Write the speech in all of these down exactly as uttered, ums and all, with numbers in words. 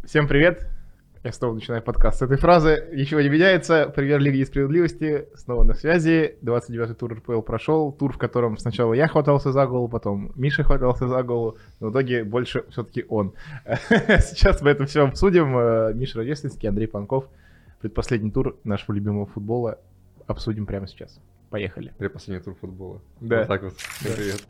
Всем привет! Я снова начинаю подкаст с этой фразы. Ничего не меняется. Премьер-лига несправедливости снова на связи. двадцать девятый тур эр пэ эл прошел. Тур, в котором сначала я хватался за голову, потом Миша хватался за голову. Но в итоге больше все-таки он. Сейчас мы это все обсудим. Миша Рождественский, Андрей Панков. Предпоследний тур нашего любимого футбола обсудим прямо сейчас. Поехали. Предпоследний тур футбола. Да. Вот так вот. Всем Да. привет.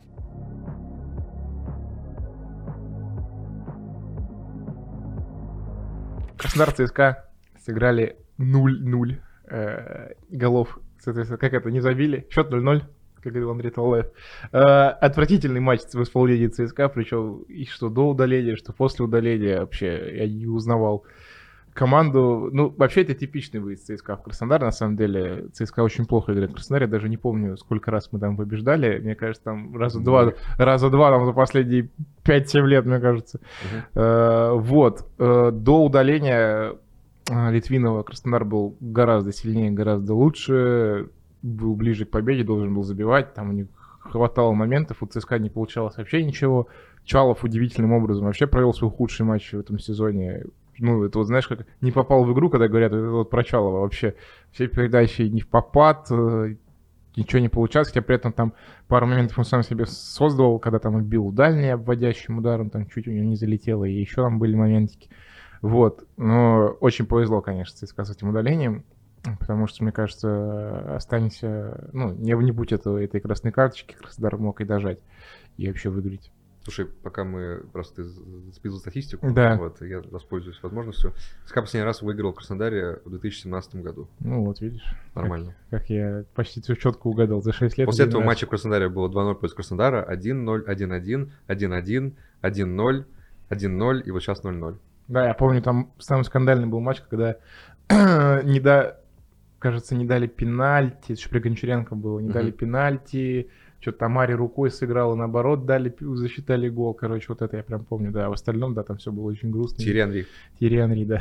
Краснодар ЦСКА сыграли ноль-ноль э, голов. Соответственно, как это, не забили? Счет ноль-ноль, как говорил Андрей Талаев. Э, отвратительный матч в исполнении ЦСКА, причем и что до удаления, что после удаления вообще я не узнавал команду. Ну, вообще это типичный выезд ЦСКА в Краснодар, на самом деле. ЦСКА очень плохо играет в Краснодаре, даже не помню, сколько раз мы там побеждали. Мне кажется, там раза два, раза два там за последние пять-семь лет, мне кажется. Мгм. Э, вот. Э, до удаления э, Литвинова Краснодар был гораздо сильнее, гораздо лучше. Был ближе к победе, должен был забивать. Там у них хватало моментов, у ЦСКА не получалось вообще ничего. Чалов удивительным образом вообще провел свой худший матч в этом сезоне. Ну, это вот, знаешь, как не попал в игру, когда говорят, это вот про Чалова вообще. Все передачи не в попад, э, ничего не получалось, хотя при этом там пару моментов он сам себе создал, когда там бил дальний обводящим ударом, там чуть у него не залетело, и еще там были моментики. Вот, но очень повезло, конечно, ЦСКА с этим удалением, потому что, мне кажется, останется, ну, не, не будь этого, этой красной карточки, Краснодар мог и дожать, и вообще выиграть. Слушай, пока мы просто списывал статистику, Да. вот, я воспользуюсь возможностью. ЦСКА последний раз выиграл в Краснодаре в две тысячи семнадцатом году. Ну вот, видишь. Нормально. Как, как я почти все четко угадал за шесть лет. После один этого раз. матча в Краснодаре было два-ноль против Краснодара, один-ноль, один-один, один-один, один-ноль, один-ноль и вот сейчас ноль-ноль. Да, я помню, там самый скандальный был матч, когда не да, кажется, не дали пенальти, это же при Гончаренко было, не Мгм. дали пенальти, что-то Тамаре рукой сыграла, наоборот, дали, засчитали гол, короче, вот это я прям помню, да, а в остальном, да, там все было очень грустно. Тири Анри. Тири Анри, да.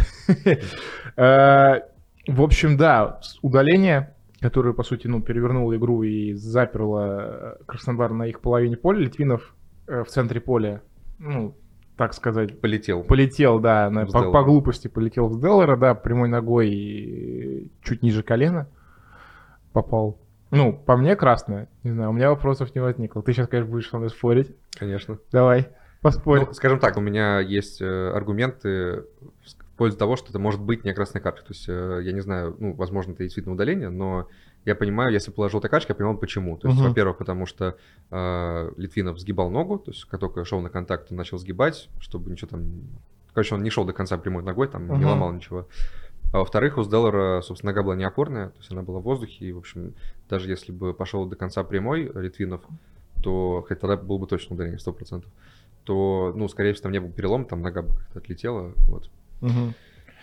Э, В общем, да, с- удаление, которое, по сути, ну, перевернуло игру и заперло Краснодар на их половине поля, Литвинов э, в центре поля, ну, так сказать, Полетел. полетел, да, на- В по, Деллера. по глупости полетел в Деллера, да, прямой ногой и чуть ниже колена попал. Ну, по мне красная, не знаю, у меня вопросов не возникло. Ты сейчас, конечно, будешь со мной спорить. Конечно. Давай, поспорь. Ну, скажем так, у меня есть э, аргументы в пользу того, что это может быть не красная карточка. То есть, э, я не знаю, ну, возможно, это действительно удаление, но я понимаю, если была желтая карточка, я понимал, почему. То есть, Мгм. во-первых, потому что э, Литвинов сгибал ногу, то есть, как только шел на контакт, он начал сгибать, чтобы ничего там... Короче, он не шел до конца прямой ногой, там не Мгм. ломал ничего. А во-вторых, у Сделлера, собственно, нога была не опорная, то есть она была в воздухе, и, в общем, даже если бы пошел до конца прямой Литвинов, то, хотя тогда был бы точно удаление, сто процентов, то, ну, скорее всего, там не был перелом, там нога бы как-то отлетела, вот. Мгм.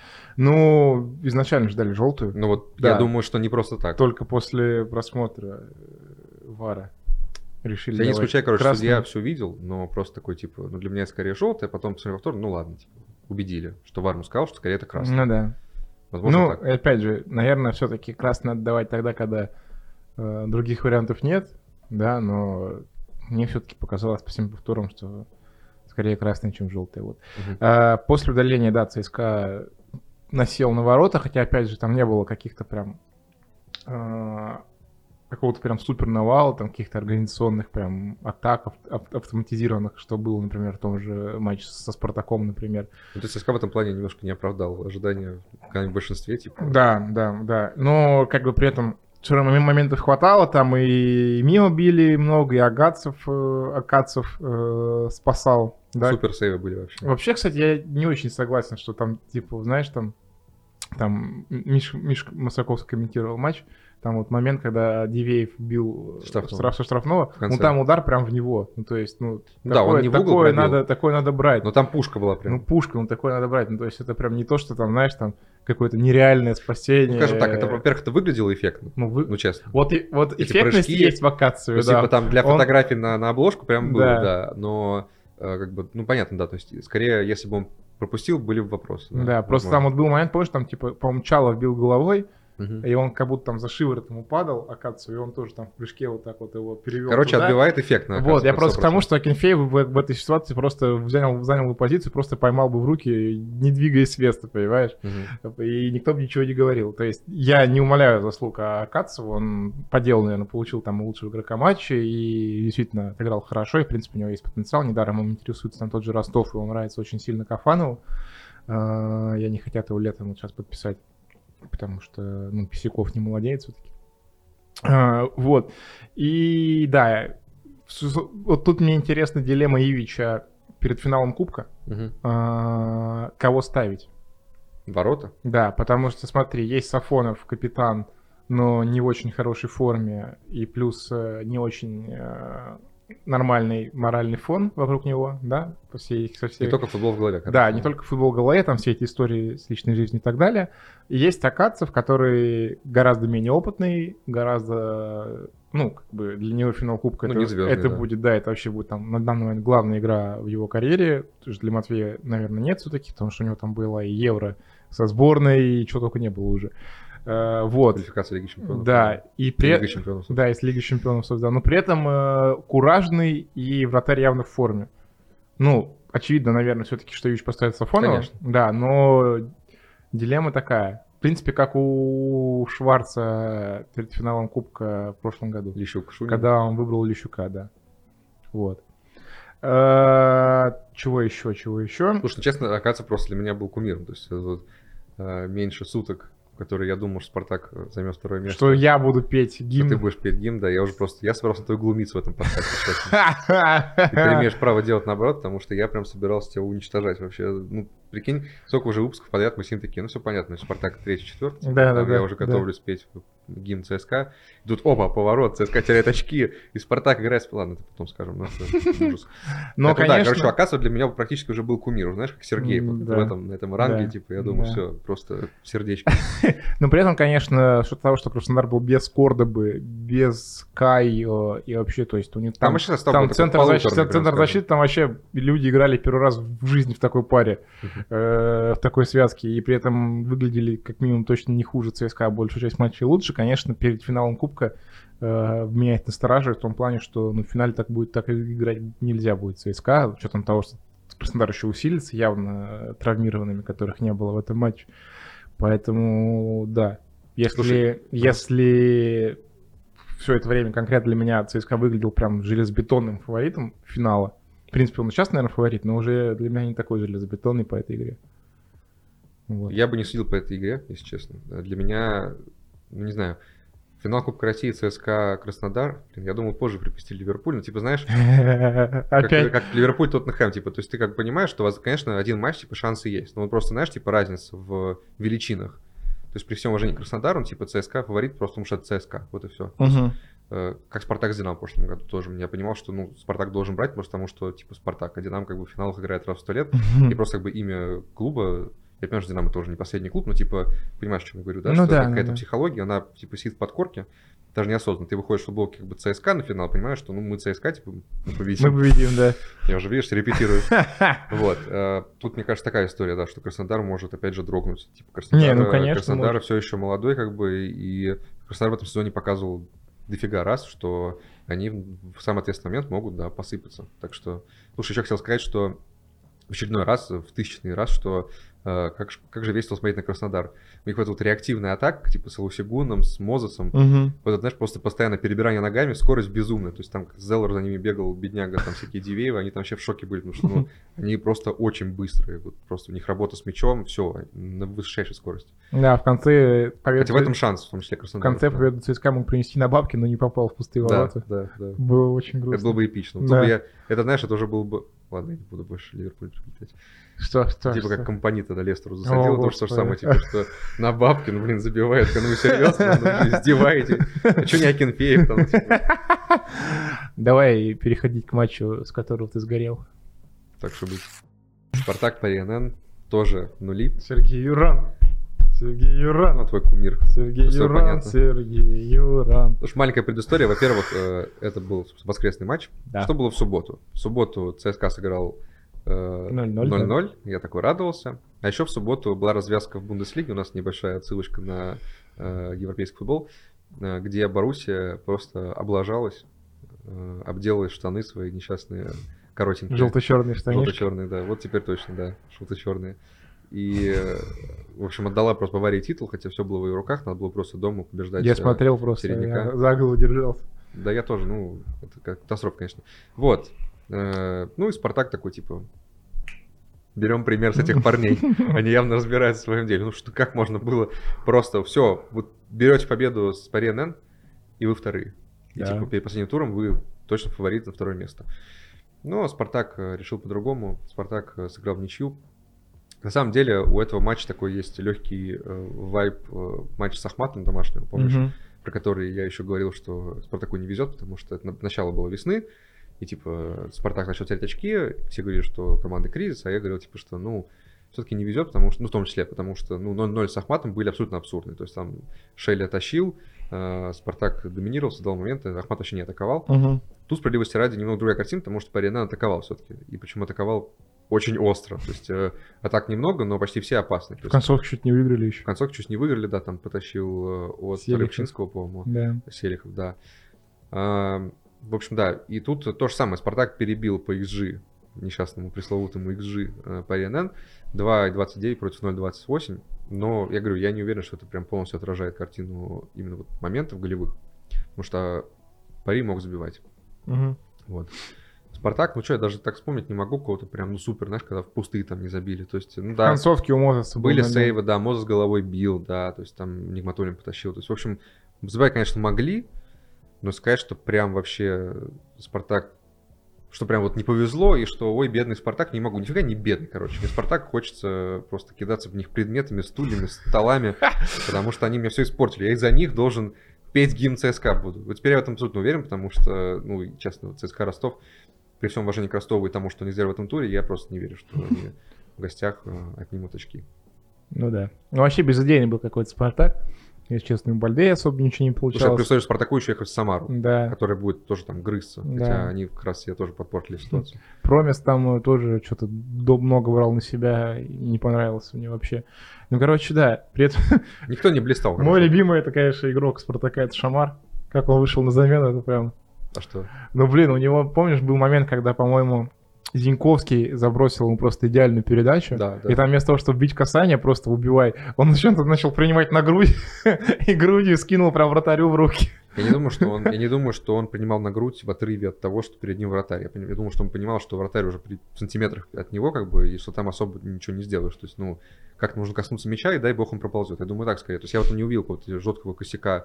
Ну, изначально ждали желтую, Ну вот, Да. я думаю, что не просто так. только после просмотра э, ВАРа решили Я не давать исключаю, короче, красную. судья все видел, но просто такой, типа, ну, для меня скорее желтая, потом посмотрел повтор, ну, ладно, типа, убедили, что ВАР ему сказал, что скорее это красный. Ну да. Возможно, Ну, так. опять же, наверное, все-таки красный отдавать тогда, когда э, других вариантов нет, да, но мне все-таки показалось по всем повторам, что скорее красный, чем желтый. Вот. Мгм. А, после удаления, да, ЦСКА насел на ворота, хотя, опять же, там не было каких-то прям э, какого-то прям супер навала, там каких-то организационных прям атак ав- ав- автоматизированных, что было, например, в том же матче со Спартаком, например. Ну, то есть ЦСКА в этом плане немножко не оправдал ожидания в большинстве, типа. Да, да, да. Но как бы при этом все равно моментов хватало, там и мимо били много, и Агатцев, э, Акацев э, спасал. Да? Супер сейвы были вообще. Вообще, кстати, я не очень согласен, что там, типа, знаешь, там, там Миш, Миш Масаковский комментировал матч, там вот момент, когда Дивеев бил Штрафного. штраф со штрафного, В конце. ну там удар прям в него, ну то есть, ну, Да, такое, он не в угол такое, пробил. надо, такое надо брать. Но там пушка была прям. Ну, пушка, ну такое надо брать. Ну, то есть это прям не то, что там, знаешь, там какое-то нереальное спасение. Ну, скажем так, это, во-первых, это выглядело эффектно, Ну, вы... ну, честно. Вот, и, вот Эти эффектность прыжки, есть в акацию, То есть, да. типа, там для Он- фотографий на, на обложку прям было, Да. да, но э, как бы, ну, понятно, да, то есть, скорее, если бы он пропустил, были бы вопросы. Да, просто там вот был момент, помнишь, там, типа, по-моему, Чалов бил головой, Uh-huh. И он как будто там за шиворотом упадал, Акацию, и он тоже там в прыжке вот так вот его перевел. Короче, туда. Отбивает эффектно. Вот, я просто к тому, что Акинфеев в, в этой ситуации просто занял, занял бы позицию, просто поймал бы в руки, не двигаясь с места, понимаешь? Uh-huh. И никто бы ничего не говорил. То есть я не умаляю заслуг Акацию, он по делу, наверное, получил там лучшего игрока матча и действительно отыграл хорошо, и в принципе у него есть потенциал. Недаром ему интересуется там тот же Ростов, и он нравится очень сильно Кафанову. Я не хотят его летом вот сейчас подписать, потому что, ну, Писяков не молодеет все-таки. А, вот. И, да, вот тут мне интересна дилемма Ивича перед финалом Кубка. Угу. А, кого ставить? Ворота? Да, потому что, смотри, есть Сафонов, капитан, но не в очень хорошей форме, и плюс не очень... нормальный моральный фон вокруг него, да, по всей, со всей... Не только футбол в голове. Конечно. Да, не только футбол в голове, там все эти истории с личной жизнью и так далее. И есть Акацев, который гораздо менее опытный, гораздо, ну, как бы для него финал Кубка, ну, это, звездный, это да. будет, да, это вообще будет там на данный момент главная игра в его карьере. Потому что для Матвея, наверное, нет все-таки, потому что у него там было и Евро со сборной, и чего только не было уже. Uh, вот. Квалификация Лиги Чемпионов. Да, и при... Лига Чемпионов. Да, из Лиги Чемпионов создал. Но при этом э, куражный и вратарь явно в форме. Ну, очевидно, наверное, все-таки, что Ивич поставит Сафонова. Конечно. Да, но дилемма такая. В принципе, как у Шварца перед финалом Кубка в прошлом году. Лещук, Шунин. Когда он выбрал Лещука, да. Вот. Uh, чего еще, чего еще? Слушай, ну, честно, оказывается, просто для меня был кумиром. То есть вот, uh, меньше суток, который, я думаю, что Спартак займет второе место. Что я буду петь гимн. Что ты будешь петь гимн, да. Я уже просто... Я собирался на твою глумиться в этом подкасте, честно. И ты имеешь право делать наоборот, потому что я прям собирался тебя уничтожать вообще. Ну, прикинь, сколько уже выпусков подряд мы с ним такие, ну, все понятно, Спартак третий, четвертый. Да, да, да. Я уже готовлюсь петь гимн ЦСКА. Тут, опа, поворот, ЦСКА теряет очки, и Спартак играет... Ладно, это потом скажем. Ну, это ужас. Но, конечно... Да, короче, Акацев для меня практически уже был кумир. Знаешь, как Сергей да. в этом, на этом ранге, да. типа, я думаю, да. все, просто сердечко. Но при этом, конечно, что-то того, что Краснодар был без Кордобы, без Кай и вообще, то есть у них там, там, там центр, защиты, центр защиты, там вообще люди играли первый раз в жизни в такой паре, uh-huh. э, в такой связке, и при этом выглядели как минимум точно не хуже ЦСКА, большую часть матчей лучше. Конечно, перед финалом Кубка э, меня это настораживает в том плане, что ну, в финале так будет так играть нельзя будет ЦСКА, с учетом того, что Краснодар еще усилится явно травмированными, которых не было в этом матче. Поэтому, да, если, Слушай, если все это время конкретно для меня ЦСКА выглядел прям железобетонным фаворитом финала, в принципе, он сейчас, наверное, фаворит, но уже для меня не такой железобетонный по этой игре. Вот. Я бы не судил по этой игре, если честно. Для меня, ну, не знаю, финал Кубка России ЦСКА Краснодар, блин, я думал, позже припустили Ливерпуль, но типа, знаешь, как, как Ливерпуль Тоттенхэм, типа, то есть ты как понимаешь, что у вас, конечно, один матч, типа, шансы есть, но вот просто, знаешь, типа, разница в величинах. То есть при всем уважении к Краснодару, типа, ЦСКА фаворит просто потому, что это ЦСКА, вот и все. Uh-huh. Э, как Спартак с Динамо в прошлом году тоже. Я понимал, что, ну, Спартак должен брать просто потому, что, типа, Спартак, а Динамо как бы в финалах играет раз в сто лет, uh-huh. и просто как бы имя клуба. Я понимаю, что Динамо тоже не последний клуб, но, типа, понимаешь, о чем я говорю, да? Ну, что да, какая-то да. психология, она, типа, сидит в подкорке, даже неосознанно. Ты выходишь в футболке, как бы, ЦСКА на финал, понимаешь, что, ну, мы ЦСКА, типа, мы победим. Мы победим, да. Я уже, видишь, репетирую. Вот. Тут, мне кажется, такая история, да, что Краснодар может, опять же, дрогнуть. Типа, Краснодар, Не, ну, конечно, Краснодар все еще молодой, как бы, и Краснодар в этом сезоне показывал дофига раз, что они в самый ответственный момент могут, да, посыпаться. Так что, слушай, еще хотел сказать, что в очередной раз, в тысячный раз, что э, как, как же весело смотреть на Краснодар. У них вот эта вот реактивная атака, типа с Лусигуном, с Мозесом. Угу. Вот это, знаешь, просто постоянно перебирание ногами, скорость безумная. То есть там Зеллер за ними бегал, бедняга, там всякие Дивеевы, они там вообще в шоке были, потому что ну, они просто очень быстрые. Вот просто у них работа с мячом, все, на высочайшей скорости. Да, в конце победы... Хотя в этом шанс, в том числе Краснодар. В конце победу ЦСКА мог принести на бабки, но не попал в пустые да, ворота. Да, да. Было очень грустно. Это было бы эпично. Да. Бы я... Это, знаешь, это уже было бы... Ладно, я не буду больше Ливерпуль приплетать. Что, что? Типа что? как компании тогда Лестеру засадил, то что же самое, типа, что на бабки, ну, блин, забивают, ну, вы серьезно, ну, издеваете? А что не Акинфеев там, типа? Давай переходить к матчу, с которого ты сгорел. Так что быть. Спартак по РНН тоже нули. Сергей Юран. Сергей Юран. Ну, твой кумир. Сергей все Юран, понятно. Сергей Юран. Слушай, маленькая предыстория. Во-первых, это был воскресный матч. Да. Что было в субботу? В субботу ЦСКА сыграл ноль ноль. Да. Я такой радовался. А еще в субботу была развязка в Бундеслиге. У нас небольшая отсылочка на э, европейский футбол, э, где Боруссия просто облажалась, э, обделалась штаны свои несчастные, коротенькие. Желто-черные штанишки. Желто-черные, да. Вот теперь точно, да, желто-черные. И, э, в общем, отдала просто Баварии титул, хотя все было в ее руках, надо было просто дома побеждать. Я смотрел просто, середняка. я за голову держался. Да, я тоже, ну, это как катастрофа, конечно. Вот. Э, ну и Спартак такой, типа, берем пример с этих парней. Они явно разбираются в своем деле. Ну что, как можно было просто все, вот берете победу с Пари эн эн, и вы вторые. И Да. типа перед последним туром вы точно фаворит на второе место. Но Спартак э, решил по-другому. Спартак э, сыграл в ничью. На самом деле у этого матча такой есть легкий э, вайб э, матча с Ахматом домашнего, помнишь? Мгм. Про который я еще говорил, что Спартаку не везет, потому что это на- начало было весны, и типа Спартак начал терять очки, все говорили, что команда кризис, а я говорил, типа, что ну, все-таки не везет, потому что, ну, в том числе, потому что ну, ноль ноль с Ахматом были абсолютно абсурдны. То есть там Шелли тащил, э, Спартак доминировал, создал моменты, Ахмат вообще не атаковал. Мгм. Тут, справедливости ради, немного другая картина, потому что Пари эн эн атаковал все-таки. И причем атаковал очень остро. То есть э, атак немного, но почти все опасны. То В есть, концовке чуть не выиграли еще. в концовке чуть не выиграли, да, там потащил э, от Селихов. Рыбчинского, по-моему. Да. Селихов, да. А, в общем, да. И тут то же самое. Спартак перебил по икс джи, несчастному пресловутому икс джи э, Пари эн эн. два двадцать девять против ноль двадцать восемь. Но, я говорю, я не уверен, что это прям полностью отражает картину именно вот моментов голевых. Потому что Пари мог забивать. Мгм. Вот. Спартак, ну что, я даже так вспомнить не могу кого-то прям, ну супер, знаешь, когда в пустые там не забили. То есть, ну В да, концовке у Мозеса был были момент. сейвы, да, Мозес головой бил, да, то есть там Нигматуллин потащил. То есть, в общем, забивать, конечно, могли, но сказать, что прям вообще Спартак, что прям вот не повезло, и что, ой, бедный Спартак, не могу. Нифига не бедный, короче. Мне Спартак хочется просто кидаться в них предметами, стульями, столами, потому что они мне все испортили. Я из-за них должен петь гимн ЦСКА буду. Вот теперь я в этом абсолютно уверен, потому что, ну, честно, вот ЦСКА Ростов, при всем уважении к Ростову и тому, что они сделали в этом туре, я просто не верю, что они в гостях э, отнимут очки. Ну да. Ну вообще безыдейный был какой-то Спартак. Если честно, у Бальдея особо ничего не Слушай, я получалось. представляю Спартаку еще ехать в Самару, Да. которая будет тоже там грызться, Да. хотя они как раз себе тоже подпортили ситуацию. Промис там э, тоже что-то до- много брал на себя и не понравился мне вообще. Ну, короче, да. При этом Никто не блистал. мой хорошо. любимый, это, конечно, игрок Спартака, это Шамар. Как он вышел на замену, это прям... А что? Ну, блин, у него, помнишь, был момент, когда, по-моему, Зиньковский забросил ему просто идеальную передачу. Да, да. И там вместо того, чтобы бить касание, просто убивай, он зачем-то начал принимать на грудь и грудью скинул прям вратарю в руки. Я не думаю, что он, я не думаю, что он принимал на грудь в отрыве от того, что перед ним вратарь. Я, поним- я думаю, что он понимал, что вратарь уже при в сантиметрах от него, как бы, и что там особо ничего не сделаешь. То есть, ну, как нужно коснуться мяча, и дай бог он проползет. Я думаю, так скорее. То есть я вот не увидел какого-то жесткого косяка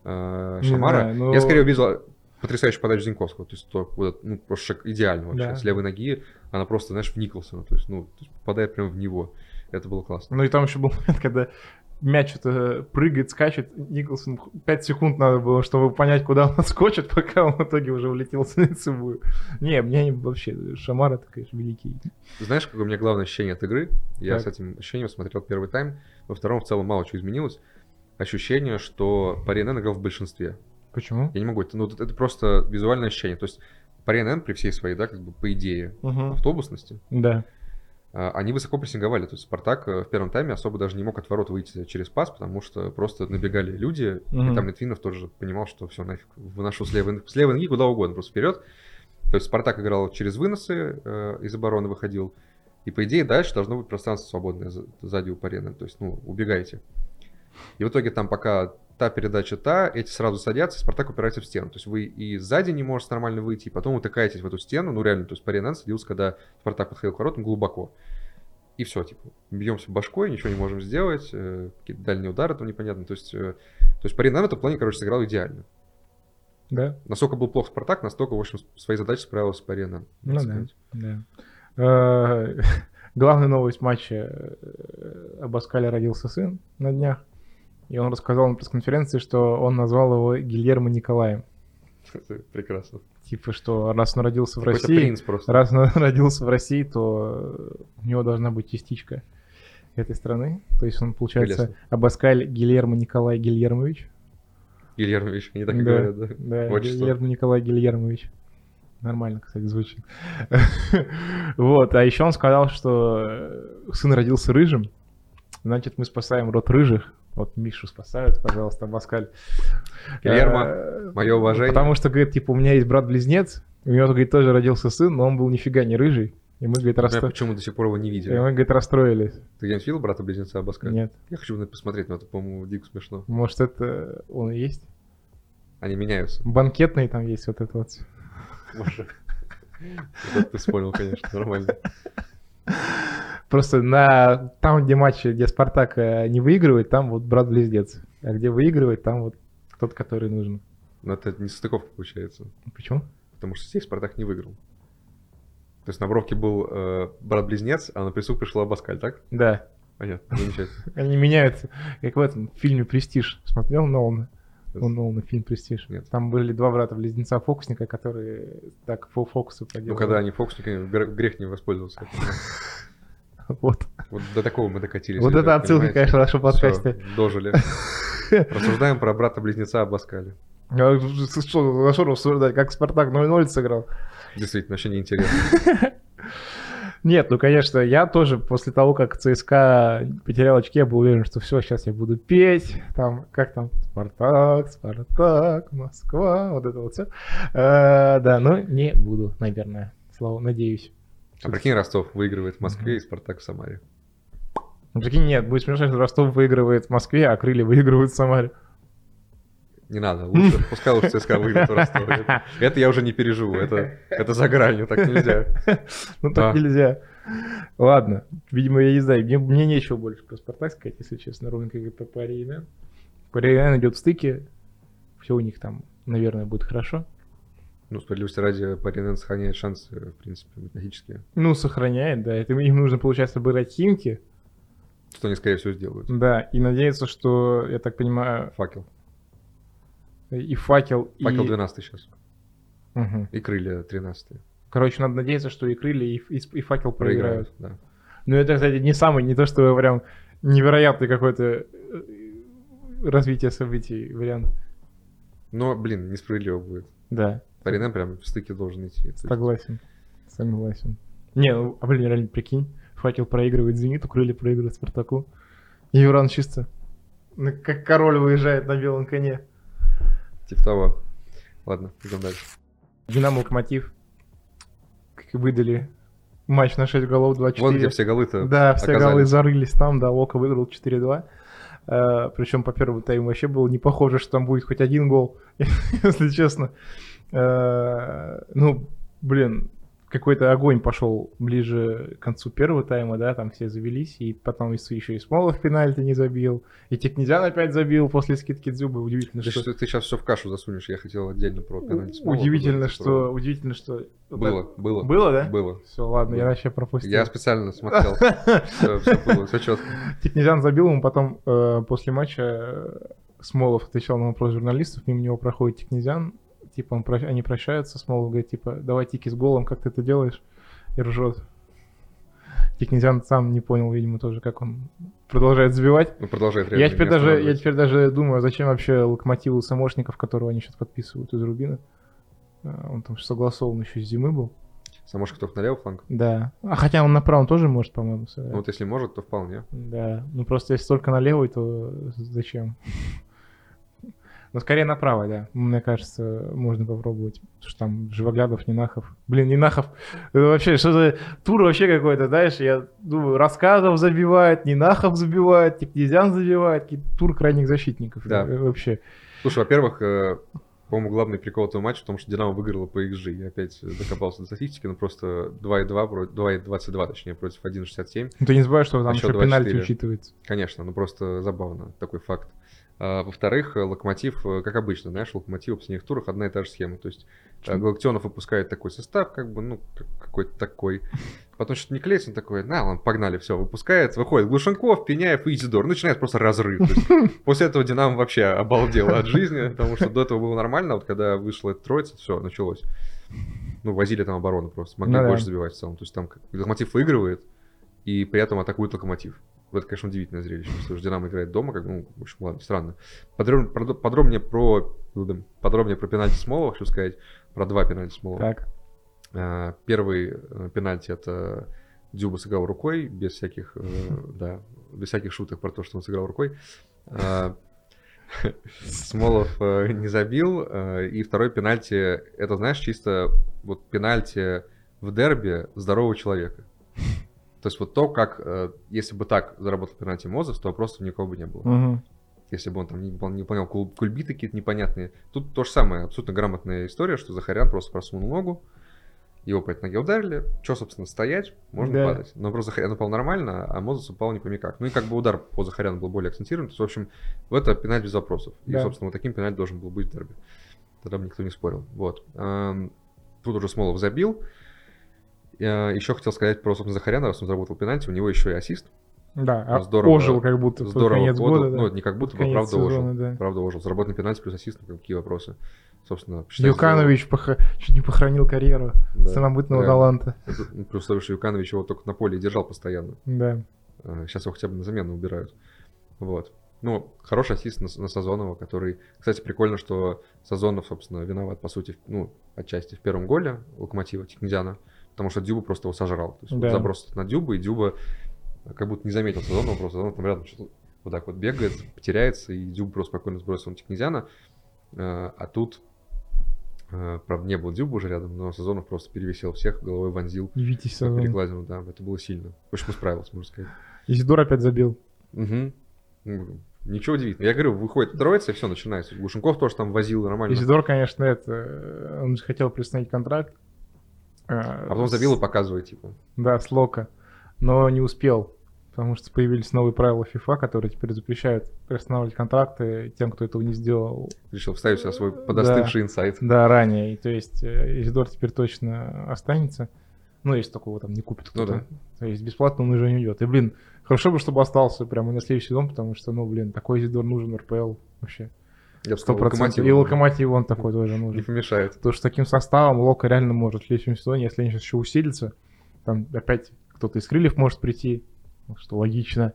э, Не Шамара. знаю, ну- Я скорее увидел потрясающую подачу Зиньковского. То есть, то, вот, ну, просто шаг идеально вообще. Да. С левой ноги она просто, знаешь, в Николсона. То есть, ну, то есть попадает прямо в него. Это было классно. Ну и там еще был момент, когда мяч это прыгает, скачет, Николсон пять секунд надо было, чтобы понять, куда он отскочит, пока он в итоге уже улетел с лицевую. Не, мне не- вообще, Шамар это, конечно, великий. Знаешь, какое у меня главное ощущение от игры? Я Так. с этим ощущением смотрел первый тайм. Во втором в целом мало чего изменилось. Ощущение, что Пари эн эн играл в большинстве. Почему? Я не могу, это, ну, это просто визуальное ощущение. То есть Пари эн эн при всей своей, да, как бы по идее, Мгм. автобусности, Да. а, они высоко прессинговали. То есть Спартак э, в первом тайме особо даже не мог от ворот выйти через пас, потому что просто набегали люди. Мгм. И там Литвинов тоже понимал, что все, нафиг, выношу с левой, с левой ноги куда угодно, просто вперед. То есть Спартак играл через выносы, э, из обороны выходил. И по идее дальше должно быть пространство свободное за- сзади у Пари эн эн. То есть, ну, убегайте. И в итоге там пока та передача та, эти сразу садятся, и Спартак упирается в стену. То есть вы и сзади не можете нормально выйти, и потом утыкаетесь в эту стену. Ну реально, то есть Пари эн эн садился, когда Спартак подходил к воротам глубоко. И все, типа, бьемся башкой, ничего не можем сделать, э, какие-то дальние удары там непонятно. То есть, э, то есть Пари эн эн в этом плане, короче, сыграл идеально. Да? Насколько был плох Спартак, настолько, в общем, своей задачей справился Пари эн эн. Ну так да. сказать. Да. Э, Главная новость матча. э, Абаскаля родился сын на днях. И он рассказал на пресс-конференции, что он назвал его Гильермо Николаем. Это прекрасно. Типа, что раз он родился в Какой-то России, принц просто. раз он родился в России, то у него должна быть частичка этой страны. То есть он, получается, Прелестно. Абаскаль Гильермо Николай Гильермович. Гильермович, они так и Да, говорят, да? Да, Отчество. Гильермо Николай Гильермович. Нормально, кстати, звучит. Вот, а еще он сказал, что сын родился рыжим, значит, мы спасаем род рыжих, Вот Мишу спасают, пожалуйста, Абаскаль. Гильермо, мое уважение. Потому что, говорит, типа, у меня есть брат-близнец, у него, говорит, тоже родился сын, но он был нифига не рыжий. И мы, говорит, расстро... почему до сих пор его не видели? И мы, говорит, расстроились. Ты где-нибудь видел брата-близнеца Абаскаль? Нет. Я хочу посмотреть, но это, по-моему, дико смешно. Может, это он и есть? Они меняются. Банкетный там есть вот это вот. Может. Ты вспомнил, конечно, нормально. Просто на там, где матчи, где Спартак не выигрывает, там вот брат-близнец. А где выигрывает, там вот тот, который нужен. Но это не состыковка получается. Почему? Потому что здесь Спартак не выиграл. То есть на бровке был э, брат-близнец, а на присуг пришел Абаскаль, так? Да. Понятно, замечательно. Они меняются, как в этом фильме «Престиж». Смотрел Нолана? Он Нолана фильм «Престиж». Нет. Там были два брата-близнеца-фокусника, которые так по фокусу проделали. Ну, когда они фокусники, грех не воспользоваться. Вот. Вот до такого мы докатились. Вот это отсылка, конечно, в нашем подкасте. Все, дожили. Рассуждаем про брата-близнеца Абаскаля. А что, на что рассуждать, как Спартак ноль-ноль сыграл? Действительно, вообще неинтересно. Нет, ну, конечно, я тоже после того, как ЦСКА потерял очки, я был уверен, что все, сейчас я буду петь, там, как там, Спартак, Спартак, Москва, вот это вот все. А, да, но не буду, наверное, слава, надеюсь. А прикинь, Ростов выигрывает в Москве и Спартак в Самаре. Ну, прикинь, нет, будет смешно, что Ростов выигрывает в Москве, а Крылья выигрывают в Самаре. Не надо, лучше, пускай лучше ЦСКА выиграет в Ростове. Это, это я уже не переживу, это, это за гранью, так нельзя. Ну так Да. нельзя. Ладно, видимо, я не знаю, мне, мне нечего больше про Спартак сказать, если честно, ровно как и по Пари-Н. Пари-Н идет в стыке, все у них там, наверное, будет хорошо. Ну, справедливости ради, Пари-Н сохраняет шансы, в принципе, математические. Ну, сохраняет, да, это им нужно, получается, собирать Химки. Что они, скорее всего, сделают. Да, и надеяться, что, я так понимаю, Факел. и Факел, Факел и... двенадцатый сейчас. Угу. И Крылья тринадцатый. Короче, надо надеяться, что и Крылья, и, и, и Факел проиграют. Да. Ну, это, кстати, не самый, не то, что прям невероятный какой-то развитие событий вариант. Но, блин, несправедливо будет. Да. Пари-Н прям в стыке должен идти. Согласен. Согласен. Не, ну, а блин, реально, прикинь, Факел проигрывает Зениту, Крылья проигрывают Спартаку. И Юран чисто, ну, как король выезжает на белом коне. Типа того. Ладно, идем дальше. Динамо Локомотив. Как и выдали матч на шесть голов, два четыре. Вон где все голы-то Да, все оказались. голы зарылись там, да, Лока выиграл четыре-два. Uh, причем по первому тайму вообще было не похоже, что там будет хоть один гол, если честно. Uh, ну, блин, какой-то огонь пошел ближе к концу первого тайма, да, там все завелись, и потом еще и Смолов пенальти не забил, и Текнезян опять забил после скидки Дзюбы. Удивительно, Ты, что... что... ты сейчас все в кашу засунешь, я хотел отдельно про пенальти Смолова. Удивительно, поговорить, что... про... Удивительно, что... Было, было. Было, да? Было. Все, ладно, было. я вообще пропустил. Я специально смотрел. Все, все было, все четко. Текнезян забил ему, потом э, после матча э, Смолов отвечал на вопрос журналистов, мимо него проходит Текнезян, типа он, они прощаются, Смолов говорит, типа, давай Тики с голом, как ты это делаешь? И ржет. Текнезян сам не понял, видимо, тоже, как он продолжает забивать. Ну, продолжает я теперь, даже, я теперь даже думаю, зачем вообще Локомотиву Самошников, которого они сейчас подписывают из Рубина. Он там согласован еще с зимы был. Самошников на левый фланг? Да. А хотя он на правом тоже может, по-моему. Ну вот если может, то вполне. Да. Ну просто если только на левый, то зачем? Ну, скорее направо, да. Мне кажется, можно попробовать. Потому что там Живоглядов, Нинахов. Блин, Нинахов. Это вообще, что за тур вообще какой-то, знаешь? Я думаю, Рассказов забивает, Нинахов забивает, Текнезян забивает. Тур крайних защитников. Да. Вообще. Слушай, во-первых, по-моему, главный прикол этого матча в том, что Динамо выиграла по икс джи. Я опять докопался до статистики, но просто два и два, два и двадцать два, точнее, против один и шестьдесят семь. Ну, ты не забываешь, что там а еще пенальти учитывается. Конечно, ну просто забавно, такой факт. А, во-вторых, Локомотив, как обычно, знаешь, Локомотив в последних турах одна и та же схема. То есть Галактионов выпускает такой состав, как бы, ну, какой-то такой. Потом что-то не клеится, он такой, на, ладно, погнали, все, выпускает, выходит Глушенков, Пеняев и Изидор. Начинает просто разрыв. После этого Динамо вообще обалдело от жизни, потому что до этого было нормально, вот когда вышла эта троица, все, началось. Ну, возили там оборону просто, могли ну, больше да. забивать в целом. То есть там Локомотив выигрывает, и при этом атакует Локомотив. Это, конечно, удивительное зрелище, потому что Динамо играет дома, как, ну, в общем, ладно, странно. Подробнее, подробнее про подробнее про пенальти Смолова, хочу сказать, про два пенальти Смолова. Так. Первый пенальти — это Дзюба сыграл рукой, без всяких, да, без всяких шуток про то, что он сыграл рукой. Смолов не забил, и второй пенальти, это, знаешь, чисто вот пенальти в дерби здорового человека. То есть вот то, как, если бы так заработал пенальти Мозес, то вопросов никого бы не было. Угу. Если бы он там не, не понял кульбиты какие-то непонятные. Тут то же самое, абсолютно грамотная история, что Захарян просто просунул ногу, его по этой ноге ударили, что, собственно, стоять, можно да. падать. Но просто Захарян упал нормально, а Мозес упал не пойми как. Ну и как бы удар по Захаряну был более акцентирован. То есть, в общем, в это пенальти без вопросов. Да. И, собственно, вот таким пенальти должен был быть в дерби. Тогда бы никто не спорил. Вот. Тут уже Смолов забил. Я еще хотел сказать про, собственно, Захаряна, раз он заработал пенальти, у него еще и ассист. Да, здорово, ожил как будто здорово под конец подал, года. Да. Ну, не как будто бы, правда сезона, ожил. Да. Правда ожил. Заработанный пенальти плюс ассист, ну, какие вопросы. Собственно, Юканович что... пох... чуть не похоронил карьеру да. самобытного реально. Таланта. Плюс то, что Юканович его только на поле держал постоянно. Да. Сейчас его хотя бы на замену убирают. Вот. Ну, хороший ассист на, на Сазонова, который... Кстати, прикольно, что Сазонов, собственно, виноват, по сути, ну, отчасти в первом голе Локомотива Тикнедяна, потому что Дюба просто его сожрал. То есть да. вот заброс на Дюбу, и Дюба как будто не заметил Сазонова, просто Сазонов там рядом что-то вот так вот бегает, потеряется, и Дюба просто спокойно сбросил на Тикнедяна. А тут, правда, не был Дюба уже рядом, но Сазонов просто перевесил всех, головой вонзил. Витязь Сазонов. Перекладину, да, это было сильно. В общем, справился, можно сказать. Изидор опять забил. Угу. Ничего удивительного. Я говорю, выходит троица, и все, начинается. Глушенков тоже там возил нормально. Изидор, конечно, это... Он же хотел приостановить контракт. А потом забил и показывает, типа. Да, с Лока. Но не успел, потому что появились новые правила FIFA, которые теперь запрещают приостанавливать контракты тем, кто этого не сделал. Решил вставить сюда свой подостывший да, инсайт. Да, ранее. И, то есть Изидор теперь точно останется. Ну, если такого там не купит кто-то. Ну, да. То есть бесплатно он уже не уйдет. И, блин, хорошо бы, чтобы остался прямо и на следующий сезон, потому что, ну, блин, такой Изидор нужен в эр пэ эл вообще. сто процентов. И Локомотив он такой тоже нужен. Не помешает. Потому что с таким составом Лока реально может в следующем сезоне, если они сейчас еще усилятся, там опять кто-то из крыльев может прийти, что логично.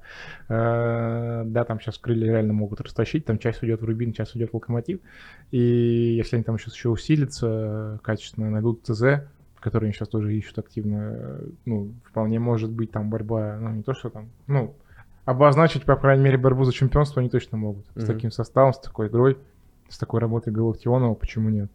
Да, там сейчас крылья реально могут растащить, там часть уйдет в Рубин, часть уйдет в Локомотив. И если они там сейчас еще усилятся, качественно найдут ТЗ, которые они сейчас тоже ищут активно, ну, вполне может быть там борьба, ну, не то, что там, ну, обозначить, по крайней мере, борьбу за чемпионство они точно могут. Mm-hmm. С таким составом, с такой игрой, с такой работой Галактионова, почему нет?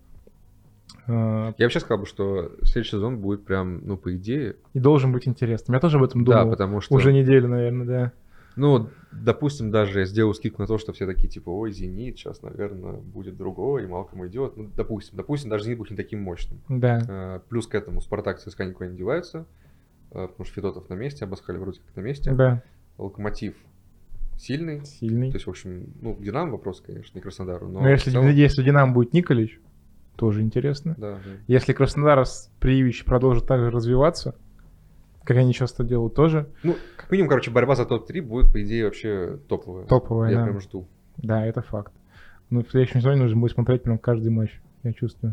Я вообще сказал бы, что следующий сезон будет прям, ну, по идее... И должен быть интересным. Я тоже об этом думал. Да, потому что... Уже неделю, наверное, да. Ну, допустим, даже я сделаю скидку на то, что все такие, типа, ой, Зенит, сейчас, наверное, будет другой, и Малком идет. Ну, допустим. Допустим, даже Зенит будет не таким мощным. Да. А, плюс к этому Спартак, ЦСКА никуда не деваются, потому что Федотов на месте, Абаскаль вроде как на месте. Да. Локомотив сильный. Сильный. То есть, в общем, ну, Динамо вопрос, конечно, не Краснодару. Но, но если, целом... если Динамо будет Николич, тоже интересно. Да, да. Если Краснодар с Приевич продолжит так же развиваться, как они часто делают, тоже. Ну, как минимум, короче, борьба за топ-три будет, по идее, вообще топовая. Топовая, Я да. прям жду. Да, это факт. Ну, в следующем сезоне нужно будет смотреть прям каждый матч, я чувствую.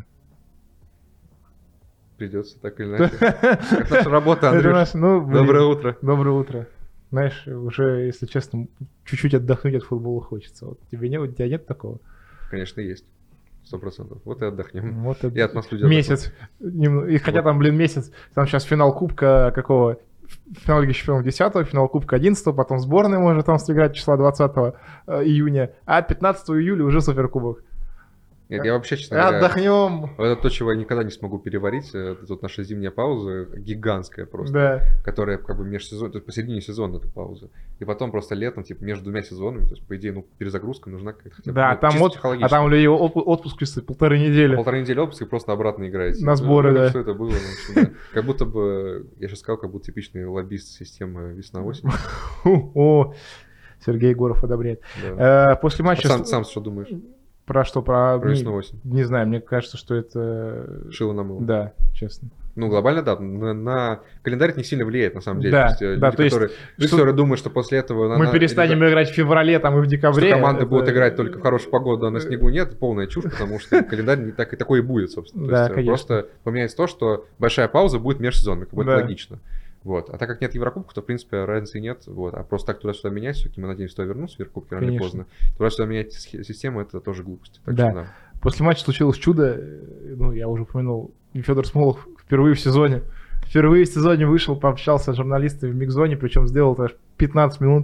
Придется так или иначе. Это наша работа, Андрюш. Доброе утро. Доброе утро. Знаешь, уже, если честно, чуть-чуть отдохнуть от футбола хочется. Вот тебе нет, у тебя нет такого? Конечно, есть. Сто процентов. Вот и отдохнем. Вот и от нас люди месяц. И хотя там, блин, месяц. Там сейчас финал Кубка какого? Финал Лиги Чемпионов десятого, финал Кубка одиннадцатого, потом сборная может там сыграть числа двадцатого июня, а пятнадцатого июля уже Суперкубок. Нет, я вообще, честно говоря... Отдохнем! Это то, чего я никогда не смогу переварить. Это тут наша зимняя пауза, гигантская просто. Да. Которая как бы межсезон... То есть посередине сезона эта пауза. И потом просто летом, типа, между двумя сезонами, то есть, по идее, ну, перезагрузка нужна какая-то хотя бы. Да, ну, там от... а там у людей отпуск полторы недели. А полторы недели отпуска и просто обратно играете. На сборы, ну, да. Что это было? Ну, да. Как будто бы, я сейчас сказал, как будто типичный лоббист системы весна-осень. О, Сергей Егоров одобряет. После матча... Сам что думаешь? Про что? Про, про весну-осень. Не, не знаю, мне кажется, что это... Шило на мыло. Да, честно. Ну, глобально, да. На, на календарь это не сильно влияет, на самом деле. Да, то есть, да, люди, то есть, которые, люди, что... которые думают, что после этого... Мы на, перестанем на... играть в феврале там, и в декабре. Что команды это... будут играть только в хорошую погоду, а на снегу нет, это полная чушь, потому что календарь не так, и такой и будет, собственно. Да, то есть, просто поменяется то, что большая пауза будет межсезонной, как бы это логично. Вот. А так как нет Еврокубка, то, в принципе, разницы нет. Вот. А просто так туда-сюда менять, все-таки мы надеемся, что вернуться в Еврокубке рано или поздно. Туда-сюда менять систему, это тоже глупость. Так да. Что, да. После матча случилось чудо. Ну, я уже упомянул, Федор Смолов впервые в сезоне. Впервые в сезоне вышел, пообщался с журналистами в микзоне, причем сделал это аж пятнадцать минут.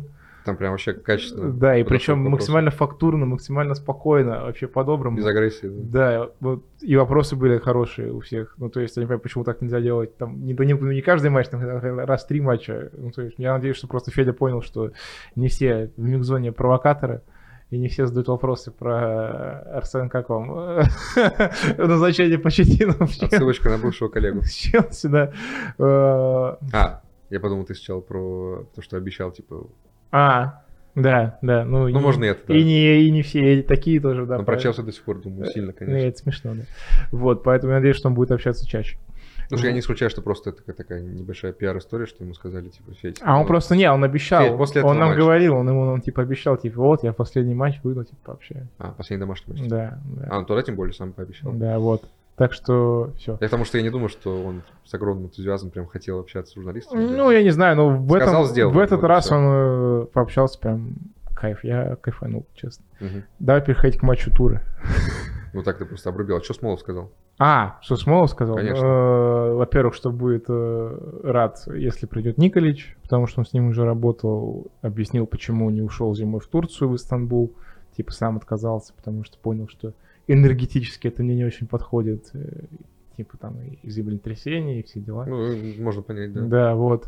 Там прям вообще качественно. Да, и причем максимально фактурно, максимально спокойно, вообще по-доброму. Без агрессии. Да, да вот, и вопросы были хорошие у всех. Ну, то есть, я не понимаю, почему так нельзя делать. Там не, не, не каждый матч, там раз три матча. Ну, то есть, я надеюсь, что просто Федя понял, что не все в микс-зоне провокаторы, и не все задают вопросы про Арсен, как вам? Назначение Почеттино. Отсылочка на бывшего коллегу. Челси, да. А, я подумал, ты сначала про то, что обещал, типа... А, да, да. Ну, ну и, можно и это, да. И не, и не все и такие тоже, да. Но про Челси до сих пор думаю сильно, конечно. Ну, это смешно, да. Вот, поэтому я надеюсь, что он будет общаться чаще. Слушай, я не исключаю, что просто это такая, такая небольшая пиар-история, что ему сказали, типа, Федь. А он ну, просто не, он обещал. Федь, после он нам матча. говорил, он ему, он, типа, обещал, типа, вот, я в последний матч выйду, типа, пообщаюсь. А, последний домашний матч. Да, да. А, ну тогда тем более сам пообещал. Да, вот. Так что все. Потому что я не думаю, что он с огромным энтузиазмом прям хотел общаться с журналистами. Ну, я не знаю, но в, Сказал, этом, сделал, в этот вот раз всё. он э, пообщался прям кайф. Я кайфанул, честно. Угу. Давай переходить к матчу тура. Ну так ты просто обрубил. А что Смолов сказал? А, что Смолов сказал? Конечно. Э, во-первых, что будет э, рад, если придет Николич, потому что он с ним уже работал, объяснил, почему не ушел зимой в Турцию, в Истанбул. Типа сам отказался, потому что понял, что энергетически это мне не очень подходит. Э, типа там и землетрясения, и все дела. Ну, можно понять, да. Да, вот.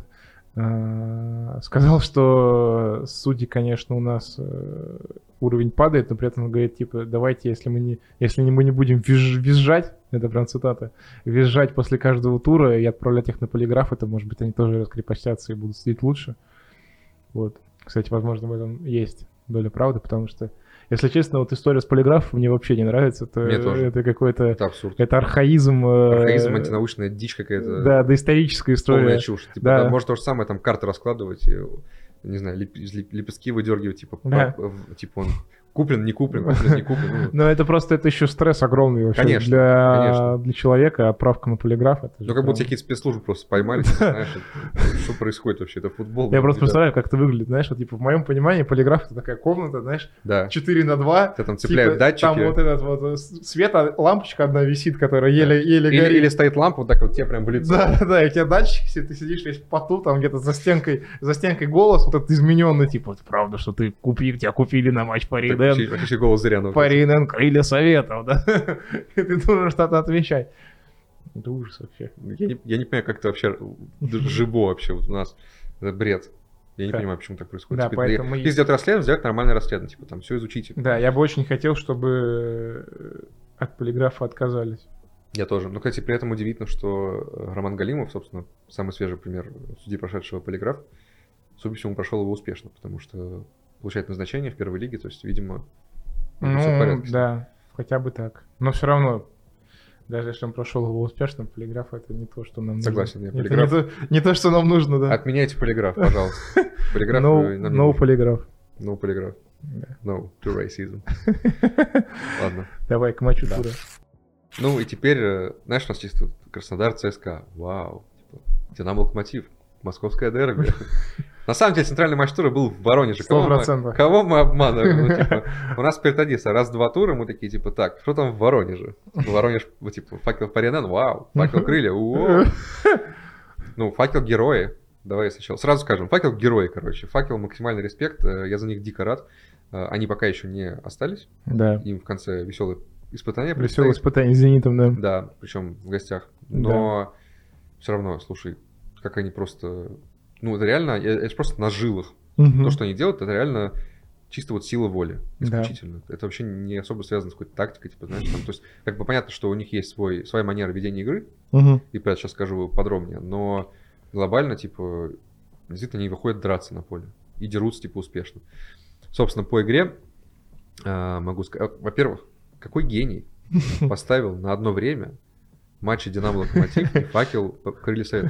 А, сказал, что судьи, конечно, у нас э, уровень падает, но при этом он говорит, типа, давайте, если мы не, если не, мы не будем визж, визжать, это прям цитата, визжать после каждого тура и отправлять их на полиграф, это, может быть, они тоже раскрепостятся и будут сидеть лучше. Вот. Кстати, возможно, в этом есть доля правды, потому что, если честно, вот история с полиграфом мне вообще не нравится. Это, Мне тоже. Это какой-то... Это абсурд. Это архаизм... Архаизм, антинаучная дичь какая-то. Да, доисторическая история. Полная чушь. Типа, да. Да, может то же самое, там карты раскладывать, и, не знаю, леп, леп, лепестки выдергивать, типа, да. по, типа он куплен, не куплен, куплен, не куплен. Ну, но это просто, это еще стресс огромный вообще конечно, для, конечно. для человека, отправка на полиграф. Это ну, как прям... будто какие-то спецслужбы просто поймали, знаешь, что происходит вообще, это футбол. Я просто представляю, как это выглядит, знаешь, вот, типа, в моем понимании полиграф — это такая комната, знаешь, да. четыре на два. Ты там цепляют датчики. Там вот этот вот свет, лампочка одна висит, которая еле, еле или, горит. Или стоит лампа вот так вот тебе прям в лицо. Да, да, и у тебя датчики, ты сидишь весь в поту, там где-то за стенкой, за стенкой голос вот этот измененный, типа, это правда, что ты купил, тебя купили на матч Пари-Дэн. Вообще голос Зырянова. Пари-Дэн, крылья советов, да? Ты должен что-то отвечать. Это ужас вообще. Я не, я не понимаю, как это вообще живо вообще вот у нас. Это бред. Я не как? понимаю, почему так происходит. Да, типа, поэтому... Если сделать расследование, сделать нормальное расследование. Типа там все изучите. Да, я бы очень хотел, чтобы от полиграфа отказались. Я тоже. Но, кстати, при этом удивительно, что Роман Галимов, собственно, самый свежий пример судьи, прошедшего полиграф, судя по всему, прошел его успешно, потому что получает назначение в первой лиге, то есть, видимо, ну, все в порядке. Да, хотя бы так. Но все равно, даже если он прошел его успешно, полиграф — это не то, что нам Согласен, нужно. я полиграф... Это не то, не то, что нам нужно, да. Отменяйте полиграф, пожалуйста. Полиграф no, нам не no нужен. полиграф. No полиграф. Да. No to racism. Ладно. Давай к матчу Да. тура. Ну и теперь, знаешь, у нас чисто Краснодар, ЦСКА. Вау. Типа, Динамо, Локомотив. Московское дерби. На самом деле, центральный матч тура был в Воронеже. Сто процентов. Кого мы обманываем? Ну, типа, у нас перед традиция. Раз-два тура, мы такие, типа, так, что там в Воронеже? Воронеж, вот, типа, факел Паринен, вау. Факел крылья, уоу. Ну, факел герои. Давай сначала. Сразу скажем, факел герои, короче. Факел максимальный респект. Я за них дико рад. Они пока еще не остались. Да. Им в конце веселые испытания Веселое предстоит. испытание с «Зенитом», да. Да, причем в гостях. Но да. Все равно, слушай, как они просто... Ну, это реально, это просто на жилах. Угу. То, что они делают, это реально чисто вот сила воли. Исключительно. Да. Это вообще не особо связано с какой-то тактикой, типа, знаешь, там, то есть, как бы понятно, что у них есть свой, своя манера ведения игры, угу. и я сейчас скажу подробнее, но глобально, типа, действительно, они выходят драться на поле и дерутся, типа, успешно. Собственно, по игре э, могу сказать, во-первых, какой гений поставил на одно время матчи Динамо Локомотив и Факел Крылья Советов.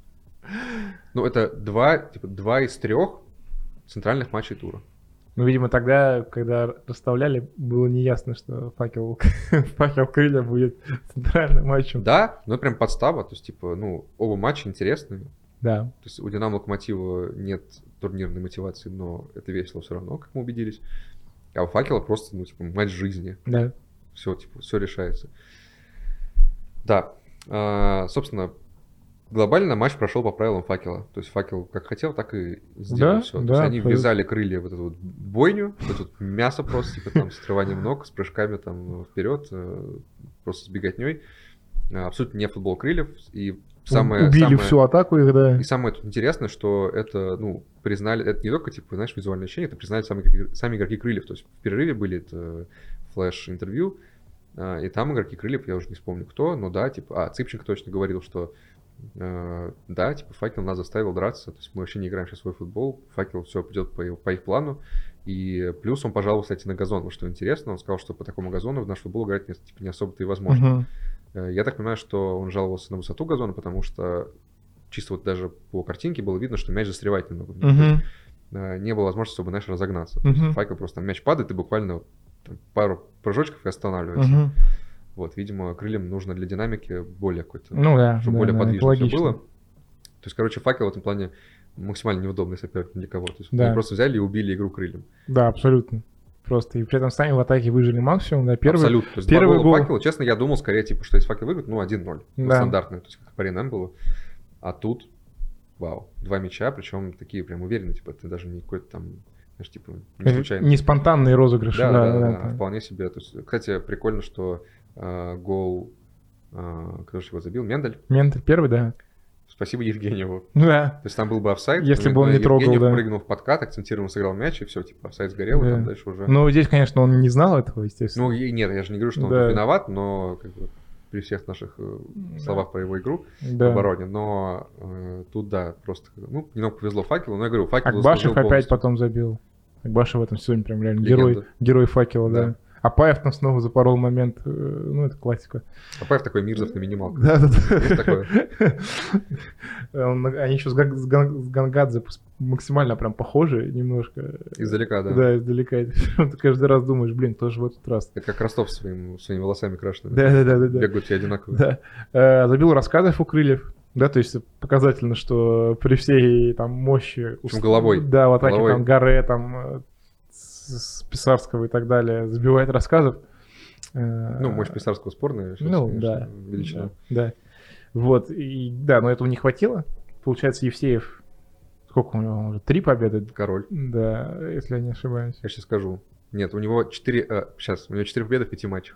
Ну, это два, типа, два из трех центральных матчей тура. Ну, видимо, тогда, когда расставляли, было неясно, что факел, факел Крылья будет центральным матчем. Да, ну прям подстава, то есть, типа, ну, оба матча интересные. Да. То есть у Динамо Локомотива нет турнирной мотивации, но это весело все равно, как мы убедились. А у Факела просто, ну, типа, матч жизни. Да. Все, типа, все решается. Да. А, собственно, Глобально матч прошел по правилам Факела. То есть Факел как хотел, так и сделал Да, все. да, То есть они абсолютно. ввязали крылья в эту вот бойню, вот это вот мясо просто, типа там с отрыванием ног, с прыжками там вперед, э, просто с беготней. Э, Абсолютно не футбол крыльев. И самое, Убили самое, всю атаку их, да. и самое тут интересное, что это, ну, признали, это не только, типа, знаешь, визуальное ощущение, это признали сами, игроки- сами игроки крыльев. То есть в перерыве были это флеш-интервью, а, и там игроки крыльев, я уже не вспомню кто, но да, типа, а, Цыпченко точно говорил, что э, да, типа, Факел нас заставил драться, то есть мы вообще не играем сейчас в свой футбол, Факел все идет по, его- по их плану, и плюс он пожаловался, кстати, на газон, вот что интересно, он сказал, что по такому газону в наш футбол играть не, типа, не особо-то и возможно. Мгм. Э, Я так понимаю, что он жаловался на высоту газона, потому что чисто вот даже по картинке было видно, что мяч застревает немного. в нем. То есть, Мгм. э, не было возможности, чтобы, знаешь, разогнаться. То есть Мгм. Факел просто там мяч падает, и буквально там пару прыжочков и останавливается. Мгм. Вот, видимо, крыльям нужно для динамики более какой-то, Ну да, чтобы да, более да, это подвижно все логично. было. То есть, короче, Факел в этом плане максимально неудобный соперник для кого. То есть Да. они просто взяли и убили игру крыльям. Да, абсолютно. Просто и при этом сами в атаке выжили максимум, да, первый. Абсолютно. То есть первый два гола гол- Факела, честно, я думал скорее, типа, что если Факел выиграет, ну, один ноль. Ну, Да. стандартное, то есть как по РНМ было. А тут, вау, два мяча, причем такие прям уверенные, типа, ты даже не какой-то там, знаешь, типа, не случайно. Не спонтанные розыгрыши, Да, да, да, да, да, да, да. вполне себе. То есть, кстати, прикольно, что э, гол, э, кто же его забил, Мендель. Менталь первый, да. Спасибо Евгеньеву. Ну да. То есть там был бы офсайд, Если но- бы он но не трогал, Евгеньев да. прыгнул в подкат, акцентированно сыграл мяч, и все, типа, офсайд сгорел, и Да. там дальше уже... Ну, здесь, конечно, он не знал этого, естественно. Ну, и нет, я же не говорю, что он Да. тут виноват, но как бы, при всех наших э, словах про его игру Да. в обороне, но э, тут, да, просто, ну, немного повезло Факелу, но я говорю, Факел Акбашев заслужил опять полностью. потом забил. Акбашев в этом сезоне прям реально Легенда. герой, герой Факела, да. Да. Апаев там снова запорол момент, э, ну, это классика. Апаев такой Мирзов на минималках. Да, да, да. Есть такое? Он- Они еще с Ган- с Ган- с Гангадзе пос- максимально прям похожи немножко. Издалека, да. Да, издалека. Ты каждый раз думаешь, блин, кто же в этот раз? Это как Ростов своим, своими волосами крашеными. Да, да, да, да, да. Бегают все одинаковые. Да. Э, Забил рассказов у крыльев. Да, то есть показательно, что при всей там мощи... Причем головой. Да, в атаке Головой. там Гаре, там э, с с Писарского и так далее забивает рассказов. Э, Ну, мощь писарского спорная. сейчас, Ну, конечно, да. величина. Да, да. Вот, и да, но этого не хватило. Получается, Евсеев, сколько у него уже? Три победы? Король. Да, если я не ошибаюсь. Я сейчас скажу. Нет, у него четыре... сейчас, у него четыре победы в пяти матчах.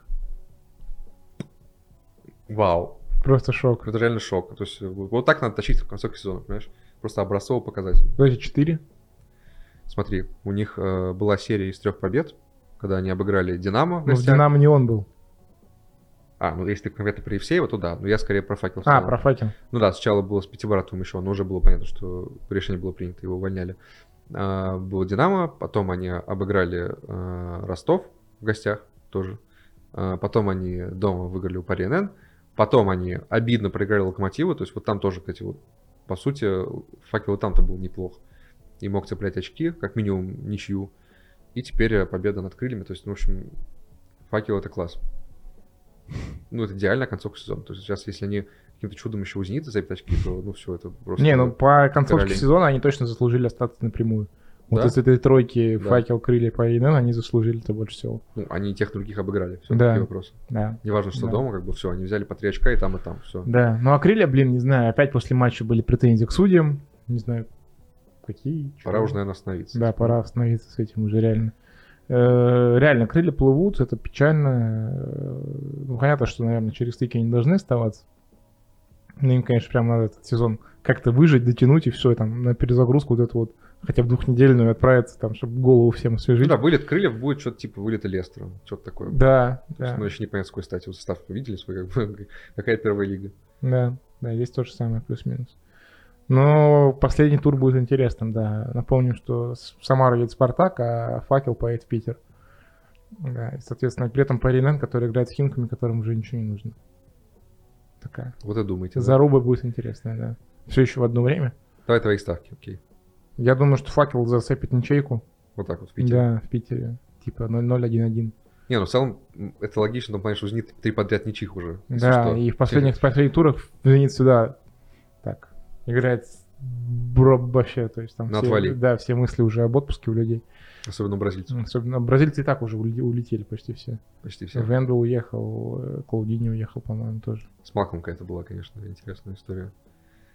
Вау. Просто шок. Это реально шок. То есть вот вот так надо тащить в конце сезона, понимаешь? Просто образцовый показатель. Подожди, четыре? Смотри, у них э, была серия из трех побед, когда они обыграли Динамо. в Ну, в гостях. Динамо не он был. А, ну если ты конкретно про Евсеева, то да. Но я скорее про Факел. в А, целом. про Факел. Ну да, сначала было с Пятибратовым еще, но уже было понятно, что решение было принято, его увольняли. А, было Динамо, потом они обыграли а, Ростов в гостях тоже. А, потом они дома выиграли у Пари эн эн. Потом они обидно проиграли Локомотиву. То есть вот там тоже, кстати, вот, по сути, Факел и там-то был неплох. И мог цеплять очки, как минимум ничью. И теперь э, победа над крыльями. То есть, ну, в общем, Факел — это класс. Ну, это идеальная концовка сезона. То есть сейчас, если они каким-то чудом еще у «Зенита» забьют очки, то, ну, все, это просто... Не, ну по концовке короли. сезона они точно заслужили остаться напрямую. Вот Да? из этой тройки Да. Факел, Крылья, Пари эн эн они заслужили это больше всего. Ну, они и тех других обыграли. Все, Да. такие вопросы. Да. Неважно, что Да. дома, как бы все, они взяли по три очка и там, и там, все. Да, ну а Крылья, блин, не знаю, опять после матча были претензии к судьям. Не знаю, какие. Пора чего. уже, наверное, остановиться. Да, пора остановиться с этим уже реально. Э, Реально, крылья плывут, это печально. Э, Ну, понятно, что, наверное, через стыки они должны оставаться. Но им, конечно, прям надо этот сезон как-то выжить, дотянуть, и все, и там на перезагрузку вот эту вот, хотя бы двухнедельную отправиться, там, чтобы голову всем освежить. Ну да, вылет крыльев будет что-то типа вылета Лестера, что-то такое. Да, То есть, да, ну, еще не понятно, с какой стати вы состав видели свой, как бы, какая первая лига. да, да, здесь то же самое, плюс-минус. Но последний тур будет интересным, да. Напомню, что с- Самара едет Спартак, а Факел поедет в Питер. Да, и, соответственно, при этом Пари эн эн, который играет с Химками, которым уже ничего не нужно. Такая. Вот и думайте. да. Заруба будет интересная, да. Все еще в одно время. Давай твои ставки, окей. Я думаю, что Факел зацепит ничейку. Вот так вот в Питере. Да, в Питере. Типа ноль ноль один один. Не, ну в целом м, это логично, но понимаешь, у «Зенита» три подряд ничьих уже. если Да, что. и в последних, в последних турах «Зенит» сюда так играет бро- вообще, то есть там На все, отвали. да, все мысли уже об отпуске у людей. Особенно у бразильцев. Особенно бразильцы и так уже уле- улетели почти все. Почти все. Вендел уехал, э, Клаудини уехал, по-моему, тоже. С Малком какая-то была, конечно, интересная история.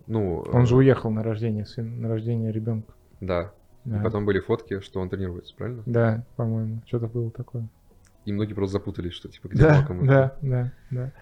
Ну, Он же уехал на рождение сына, на рождение ребенка. Да. Да. И потом были фотки, что он тренируется, правильно? Да, по-моему, что-то было такое. И многие просто запутались, что типа где Да, Малком. да, да, да.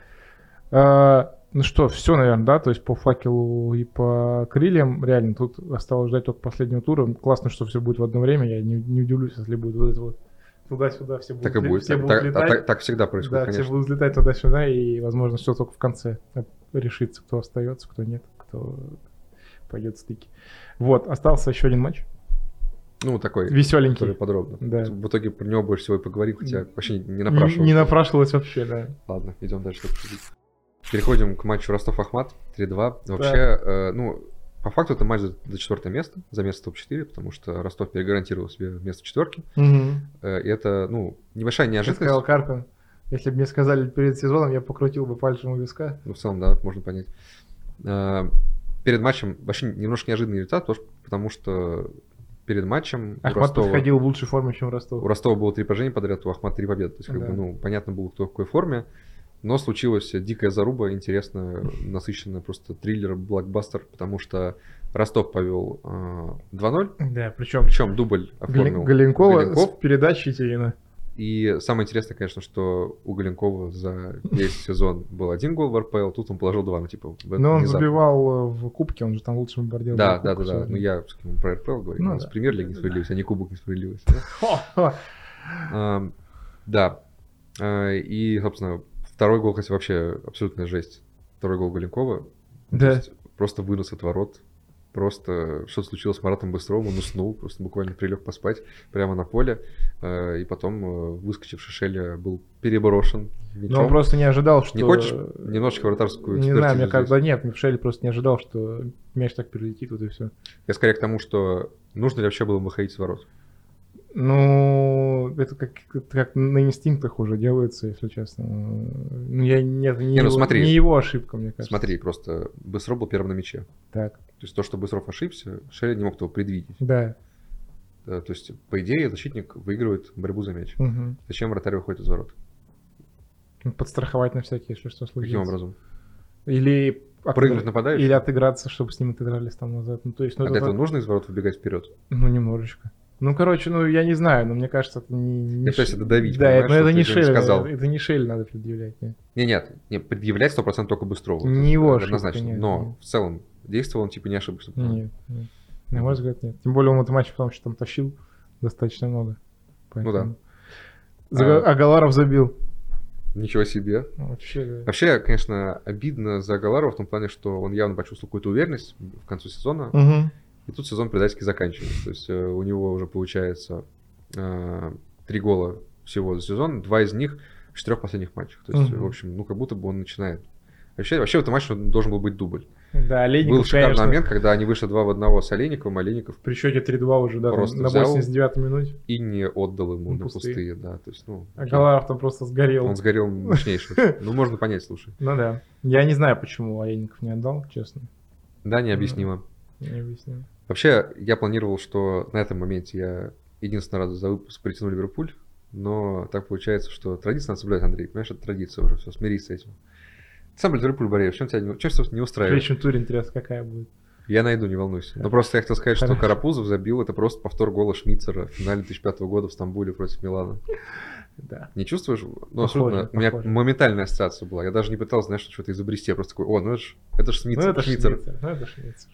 А, ну что, все, наверное, да, то есть по факелу и по крыльям, реально, тут осталось ждать только последнего тура. Классно, что все будет в одно время, я не, не удивлюсь, если будет вот это вот туда-сюда, все будут, Так и будет. все Так, будут так, летать. так, так всегда происходит, Да, конечно. все будут летать туда-сюда, и, возможно, все только в конце решится, кто остается, кто нет, кто пойдет в стыки. Вот, остался еще один матч. Ну, такой. Веселенький. Который подробно. Да. В итоге про него больше всего и поговорим, хотя вообще не напрашивалось. Не, не напрашивалось вообще, да. Ладно, идем дальше. Переходим к матчу Ростов-Ахмат три-два. Вообще, э, ну, по факту это матч за, за четвертое место, за место топ-четыре, потому что Ростов перегарантировал себе место в четверке. Угу. Э, и это, ну, небольшая Что неожиданность. сказал Карпин? Если бы мне сказали перед сезоном, я покрутил бы пальцем у виска. Ну, в целом, да, можно понять. Э, перед матчем вообще немножко неожиданный результат, потому что перед матчем Ахмат у Ростова, подходил в лучшей форме, чем Ростов. у Ростова было три поражения подряд, у Ахмата три победы. То есть, как Да. бы, ну, понятно было, кто в какой форме. Но случилась дикая заруба, интересная, насыщенная, просто триллер, блокбастер, потому что Ростов повел э, два-ноль. Да, причем Причем дубль оформил Галенкова Галенков. с передачей Терина. И самое интересное, конечно, что у Галенкова за весь сезон был один гол в эр пэ эл, тут он положил два, ну типа в Но он внезапно. забивал в кубке, он же там лучший бомбардир. Да, да, да, да. Ну я с кем про эр пэ эл говорю, Ну у нас да. премьер-лига несправедливость, а не кубок несправедливость. Да. А, да. А, и, собственно, второй гол, кстати, вообще абсолютная жесть. Второй гол Галенкова. Да. То есть просто вынос от ворот. Просто что-то случилось с Маратом Быстровым, он уснул, просто буквально прилег поспать прямо на поле. И потом выскочивший Шеля был переброшен мячом. Но он просто не ожидал, что... Не хочешь немножечко вратарскую Не экспертизу знаю, мне здесь? кажется, нет, Шелли просто не ожидал, что мяч так перелетит, вот и все. Я скорее к тому, что нужно ли вообще было выходить с ворот? Ну, это как, это как на инстинктах уже делается, если честно. Ну, я, нет, не, Не, ну его, смотри. не его ошибка, мне кажется. Смотри, просто Быстров был первым на мяче. Так, То есть то, что Быстров ошибся, Шеля не мог этого предвидеть. да. Да, то есть, по идее, защитник выигрывает борьбу за мяч. Угу. Зачем вратарь выходит из ворот? Подстраховать на всякий, если что случится. Каким образом? Или, Прыгнуть отыгр- нападающего? или отыграться, чтобы с ним отыгрались там назад. Ну, то есть, ну, А это для этого так- нужно из ворот выбегать вперед? ну, немножечко. Ну, короче, ну, я не знаю, но мне кажется, это не... не Я пытаюсь Ш- это давить, Да, понимаешь, это, но что это ты не это не Шелли, сказал. это не Шелли надо предъявлять. Нет. Не, нет, не, предъявлять сто процентов только Быстрову. Не Это его ошибка, однозначно. нет, Но нет. в целом действовал он типа не ошибся. Нет, нет. На мой взгляд, нет. Тем более он в этом матче потому что там тащил достаточно много. Ну да. За- А- А Галаров забил. Ничего себе. Вообще, да. Вообще, конечно, обидно за Галарова в том плане, что он явно почувствовал какую-то уверенность в конце сезона. Мгм. И тут сезон предательски заканчивается. То есть э, у него уже получается э, три гола всего за сезон, два из них в четырех последних матчах. То есть, Мгм. в общем, ну как будто бы он начинает. Вообще, вообще в этом матче должен был быть дубль. Да, Олейников, Был шикарный конечно, момент, когда они вышли два в одного с Олейниковым, Олейников при счете три-два уже, да, там Просто на взял. восемьдесят девятой минуте. и не отдал ему Ну, на пустые. пустые, да. То есть, ну, А окей. Галаров там просто сгорел. Он сгорел мощнейший. Ну, можно понять, слушай. Ну да. Я не знаю, почему Олейников не отдал, честно. Да, необъяснимо. Не объясню. Вообще, я планировал, что на этом моменте я единственный раз за выпуск притяну Ливерпуль, но так получается, что традиция надо соблюдать, Андрей. Понимаешь, это традиция уже, все, смирись с этим. Ты сам Ливерпуль болеешь, чем тебя не, чем, собственно, не В устраивает? следующем туре интересно, какая будет. Я найду, не волнуйся. Да. Но просто я хотел сказать, что Хорошо. Карапузов забил, это просто повтор гола Шмицера в финале две тысячи пятого года в Стамбуле против Милана. Да. Не чувствуешь? Ну, Похоже, абсолютно. У меня похоже. моментальная ассоциация была. Я даже не пытался, знаешь, что-то изобрести. Я просто такой, о, ну это ж, это ж Ну Шмицер. это Шмицер. Шмицер. Ну это Шмицер.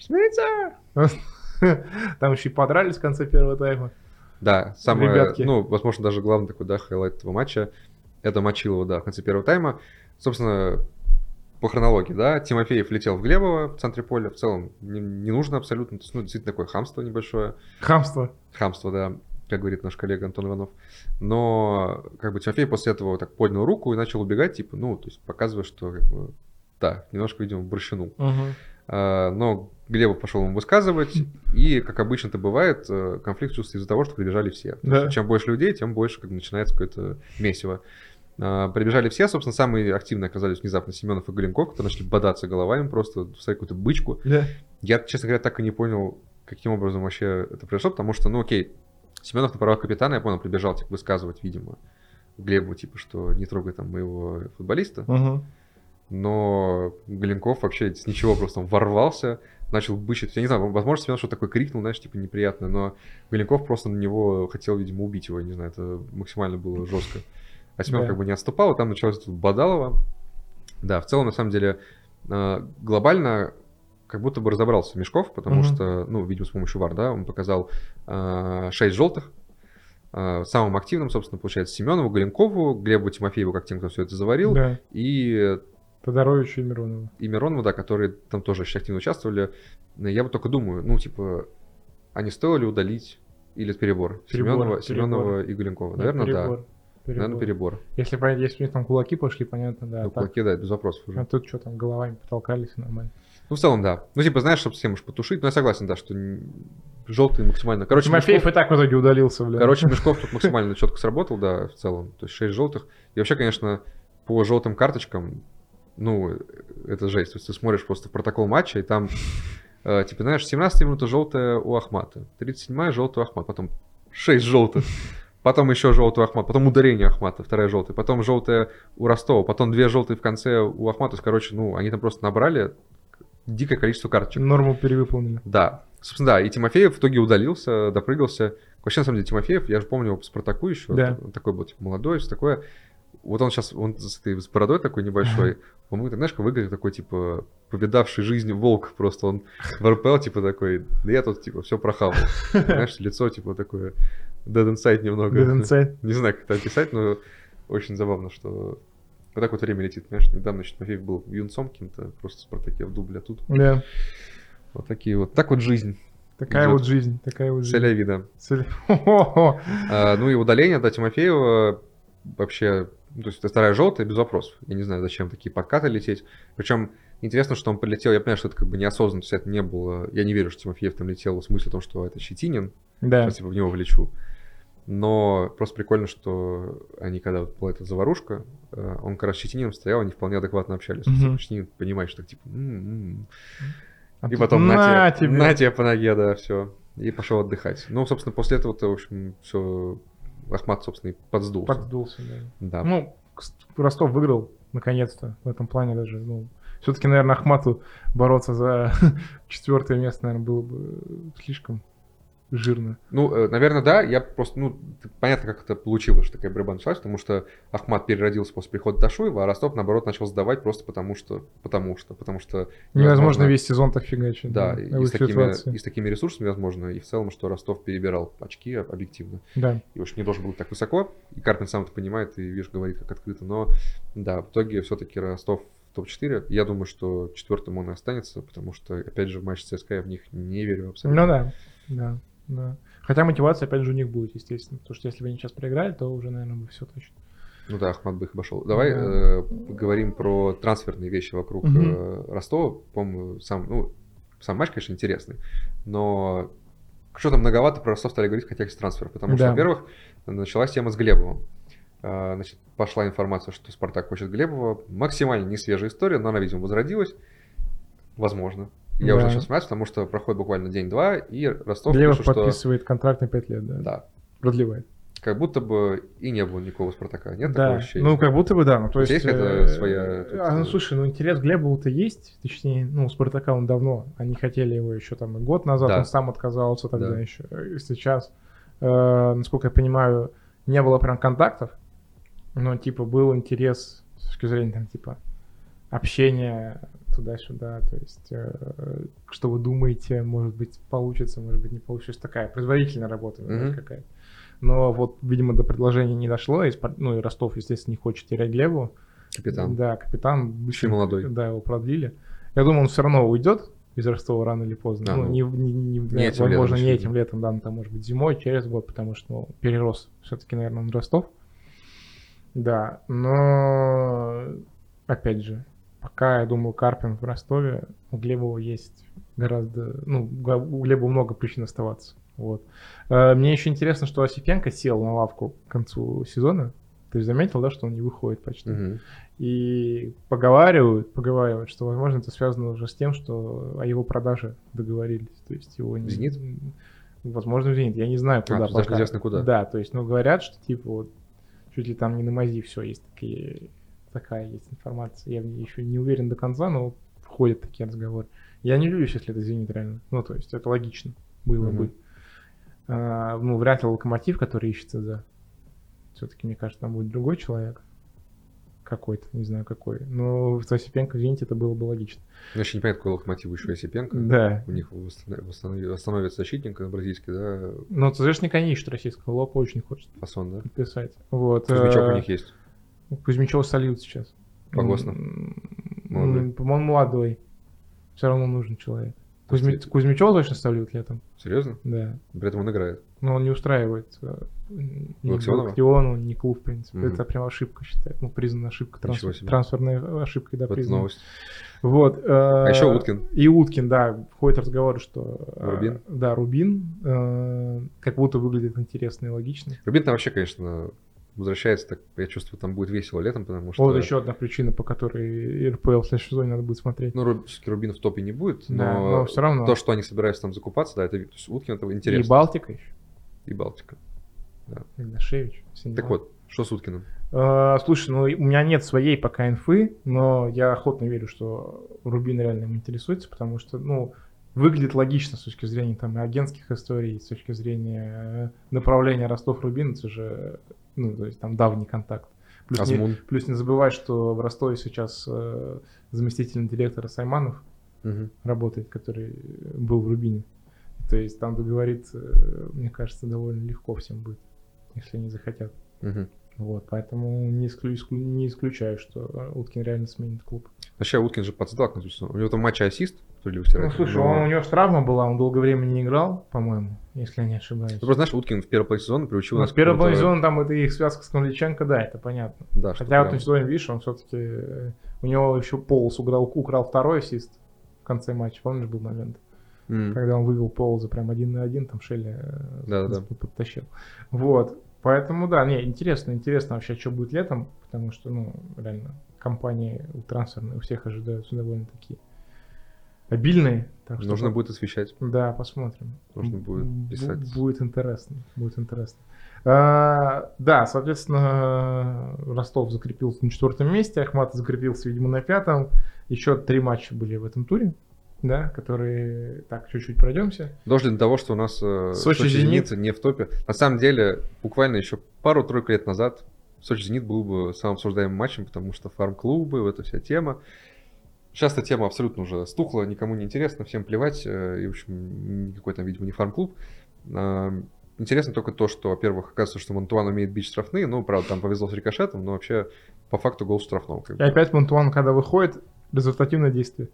Шмицер! Там еще и подрались в конце первого тайма. Да, самое, Ребятки. ну, возможно, даже главный такой, да, хайлайт этого матча, это Мочилова, да, в конце первого тайма. Собственно, по хронологии, да, Тимофеев летел в Глебово в центре поля, в целом не, не нужно абсолютно, то есть, ну, действительно такое хамство небольшое, Хамство. хамство, да, как говорит наш коллега Антон Иванов. Но, как бы, Тимофеев после этого так поднял руку и начал убегать, типа, ну, то есть показывая, что, как бы, да, немножко, видимо, борщанул. Мгм. А, но Глебов пошел ему высказывать, и, как обычно это бывает, э, конфликт чувствуется из-за того, что прибежали все. То Да. есть, чем больше людей, тем больше как бы, начинается какое-то месиво. А, Прибежали все, собственно, самые активные оказались внезапно Семенов и Галенков, которые начали бодаться головами, просто ставить какую-то бычку. Да. Я, честно говоря, так и не понял, каким образом вообще это произошло, потому что, ну окей, Семенов на правах капитана, я понял, прибежал типа, высказывать, видимо, Глебу, типа, что не трогай там моего футболиста. Мгм. Но Галенков вообще с ничего просто он ворвался, начал бычить. Я не знаю, возможно, Семен что-то такое крикнул, знаешь, типа неприятно, но Голенков просто на него хотел, видимо, убить его, я не знаю, это максимально было жестко. А Семен Да. как бы не отступал, и там началось тут Бадалова. Да, в целом, на самом деле, э, глобально как будто бы разобрался Мешков, потому Мгм. что, ну, видимо, с помощью ВАР, да, он показал э, шесть желтых. Э, самым активным, собственно, получается, Семенову, Голенкову, Глебу Тимофееву, как тем, кто все это заварил, Да. и, Тодоровичу и Миронову. и Миронову, да, которые там тоже очень активно участвовали. Я вот только думаю, ну, типа, а не стоило ли удалить или это перебор? Перебор, Семенова, перебор. Семенова и Голенкова. Нет, Наверное, перебор, да. перебор. Наверное, перебор. Если, понятно, если у них там кулаки пошли, понятно, да. Ну, так. кулаки, да, без вопросов уже. А тут что там, головами потолкались, нормально. Ну, в целом, да. Ну, типа, знаешь, чтобы всем уж потушить. Но я согласен, да, что желтый максимально. Короче, Тимофеев Мешков- и так в итоге удалился, блин. Короче, Мешков тут максимально четко сработал, да, в целом. То есть шесть желтых. И вообще, конечно, по желтым карточкам, ну, это жесть. То есть ты смотришь просто в протокол матча, и там, э, типа, знаешь, семнадцатая минута желтая у Ахмата, тридцать седьмая желтая у Ахмата, потом шесть желтых, потом еще желтый у Ахмата, потом ударение Ахмата, вторая желтая, потом желтая у Ростова, потом две желтые в конце у Ахмата. То есть, короче, ну, они там просто набрали дикое количество карточек. Норму перевыполнили. Да. Собственно, да, и Тимофеев в итоге удалился, допрыгался. Вообще, на самом деле, Тимофеев, я же помню его по Спартаку еще, Да. он такой был, типа, молодой, все такое. Вот он сейчас, он с этой с бородой такой небольшой, по-моему, ты знаешь, как выглядит такой, типа, повидавший жизнь волк, просто он в эр пэ эл, типа, такой, да я тут, типа, все прохавал. Знаешь, лицо, типа, такое, dead inside немного. Dead inside. Не знаю, как это описать, но очень забавно, что вот так вот время летит, знаешь, недавно еще Тимофеев был юнцом каким-то, просто в Спартаке в дубле, а тут Да. вот такие вот, так вот жизнь. Такая Идёт. вот жизнь, такая вот жизнь. Целя вида. Цель- Хо-хо-хо. А, ну и удаление, да, Тимофеева вообще, ну, то есть это вторая желтая, без вопросов. Я не знаю, зачем такие подкаты лететь. Причем интересно, что он полетел, я понимаю, что это как бы неосознанно, то есть это не было, я не верю, что Тимофеев там летел в смысле том, что это Щетинин, Да. сейчас типа в него влечу. Но просто прикольно, что они, когда вот была эта заварушка, э, он как раз с Щетининым стоял, они вполне адекватно общались. Мгм. Типа, Щетинин понимает, что так типа... «М-м-м». А И тут потом на на тебе, тебе. на тебе по ноге, да, все. И пошел отдыхать. Ну, собственно, после этого-то, в общем, все, Ахмат, собственно, и подсдулся. Поддулся, да. Да. Ну, к- Ростов выиграл, наконец-то, в этом плане даже. Ну, все-таки, наверное, Ахмату бороться за четвертое место, наверное, было бы слишком жирно. Ну, э, наверное, да. Я просто, ну, т- понятно, как это получилось, что такая борьба началась, потому что Ахмат переродился после прихода Ташуева, а Ростов, наоборот, начал сдавать просто потому что, потому что, потому что... Невозможно весь сезон так фигачить. Да, да, и, в и их с такими, ситуации. и с такими ресурсами, возможно, и в целом, что Ростов перебирал очки об- объективно. Да. И уж не должен был так высоко. И Карпин сам это понимает, и, видишь, говорит как открыто. Но, да, в итоге все-таки Ростов в топ четыре. Я думаю, что четвертым он и останется, потому что, опять же, в матче ЦСКА я в них не верю абсолютно. Ну да, да, да. Хотя мотивация, опять же, у них будет, естественно. Потому что если бы они сейчас проиграли, то уже, наверное, бы все точно. Ну да, Ахмат бы их обошел. Давай Да. э, поговорим про трансферные вещи вокруг Мгм. э, Ростова. По-моему, сам, ну, сам матч, конечно, интересный, но что-то многовато про Ростов стали говорить в контексте трансферов, потому что, Да. во-первых, началась тема с Глебовым. А, Значит, пошла информация, что Спартак хочет Глебова. Максимально не свежая история, но она, видимо, возродилась. Возможно. Я Да. уже сейчас вспоминаю, потому что проходит буквально день-два, и Ростов Глебов пишет, что... подписывает контракт на пять лет, да. Да, Продлевает. как будто бы и не было никакого Спартака. Нет Да, такого ощущения? ну как будто бы да. Ну, то У тебя есть, есть какая-то э, своя тут, а, ну э, слушай, ну интерес к Глебову-то есть, точнее, ну у Спартака он давно, они хотели его еще там и год назад, Да. он сам отказался тогда Да. еще, и сейчас, э, насколько я понимаю, не было прям контактов, но типа был интерес с точки зрения там типа общения туда-сюда, то есть э, что вы думаете, может быть получится, может быть не получится, То есть такая производительная работа знаешь, Мгм. какая-то. Но вот, видимо, до предложения не дошло, и, Спар- ну и Ростов, естественно, не хочет терять Глебу. Капитан. Да, капитан. Еще быстренько, молодой. Да, его продлили. Я думаю, он все равно уйдет из Ростова рано или поздно. А, ну, ну, не, не, не- не да, этим возможно, летом не еще, этим да. летом, да, но там, может быть, зимой, через год, потому что ну, перерос все-таки, наверное, он Ростов. Да, но опять же, пока, я думаю, Карпин в Ростове, у Глебова есть гораздо, ну, у Глеба много причин оставаться. Вот. Э, Мне еще интересно, что Осипенко сел на лавку к концу сезона. Ты же заметил, да, что он не выходит почти. Мгм. И поговаривают, поговаривают, что, возможно, это связано уже с тем, что о его продаже договорились. То есть его не... «Зенит»? Возможно, в «Зенит». Я не знаю, куда то есть даже пока. неизвестно куда. Да, то есть, ну, говорят, что, типа, вот, чуть ли там не на мази все есть такие... Такая есть информация. Я в ней еще не уверен до конца, но ходят такие разговоры. Я не люблю, если это «Зенит» реально. Ну, то есть это логично было mm-hmm. бы. А, ну, вряд ли «Локомотив», который ищется за... Все-таки, мне кажется, там будет другой человек. Какой-то, не знаю какой. Но в Осипенко в «Зените» это было бы логично. Я еще не понятно, какой «Локомотив» еще Осипенко. Да. У них восстановится, восстановится защитник бразильский, да? Ну, ты знаешь, никогда не ищут российского. Локо очень хочет. Фасон, да? Подписать. Вот. Кузьмичев у них есть. Кузьмичева сольют сейчас. Погосно. Молодой. По-моему, молодой. Все равно нужен человек. Кузьми... Кузьмичева точно сольют летом. Серьезно? Да. При этом он играет. Но он не устраивает ни Локтионова, ни клуб, в принципе. Mm-hmm. Это прям ошибка, считаю. Ну, признана ошибка. Трансфер... Трансферная ошибка, да, признана. Новость. Вот. А еще Уткин. И Уткин, да. Ходят разговоры, что... Рубин. Да, Рубин. Как будто выглядит интересно и логично. Рубин там вообще, конечно... возвращается, так я чувствую, там будет весело летом, потому что... Вот еще одна причина, по которой эр пэ эл в следующем сезоне надо будет смотреть. Ну, все-таки Рубин в топе не будет, но, да, но все равно. То, что они собираются там закупаться, да, это то есть Уткин, это интересно. И Балтика еще. И Балтика, да. Игнашевич. Так вот, что с Уткиным? Uh, слушай, ну у меня нет своей пока инфы, но я охотно верю, что Рубин реально им интересуется, потому что, ну, выглядит логично с точки зрения там агентских историй, с точки зрения направления Ростов-Рубин, это же... Ну, то есть там давний контакт. Плюс, не, плюс не забывай, что в Ростове сейчас э, заместитель директора Сайманов угу. работает, который был в Рубине. То есть там договориться, мне кажется, довольно легко всем будет, если они захотят. Угу. Вот, поэтому не, исклю, исклю, не исключаю, что Уткин реально сменит клуб. Вообще Уткин же подсдал, у него там матч ассист. Ну, слушай, но... он, у него же травма была, он долгое время не играл, по-моему, если я не ошибаюсь. Ты просто знаешь, Уткин в первой половине сезона приучил ну, нас... В первой половине сезона там это их связка с Комличенко, да, это понятно. Да, хотя в этом сезоне, видишь, он все-таки... У него еще Полос украл, украл второй ассист в конце матча, помнишь, был момент? Mm. Когда он вывел Полоза прям один на один, там Шелли да, да. подтащил. Вот, поэтому, да, не, интересно, интересно вообще, что будет летом, потому что, ну, реально, компании трансферные у всех ожидаются довольно такие обильные. Так что нужно по... будет освещать. Да, посмотрим. Нужно будет писать. Б- будет интересно. Будет интересно. А, да, соответственно, Ростов закрепился на четвертом месте, Ахмат закрепился, видимо, на пятом. Еще три матча были в этом туре, да, которые... Так, чуть-чуть пройдемся. Дожили до того, что у нас Сочи, Сочи Зенит не в топе. На самом деле, буквально еще пару-тройку лет назад Сочи Зенит был бы самым обсуждаемым матчем, потому что фарм-клубы, эта вся тема. Сейчас эта тема абсолютно уже стухла, никому не интересно, всем плевать, и, в общем, никакой там, видимо, не фарм-клуб. Интересно только то, что, во-первых, оказывается, что Монтуан умеет бить штрафные, ну, правда, там повезло с рикошетом, но вообще, по факту, гол штрафного. И опять Монтуан, когда выходит, результативное действие.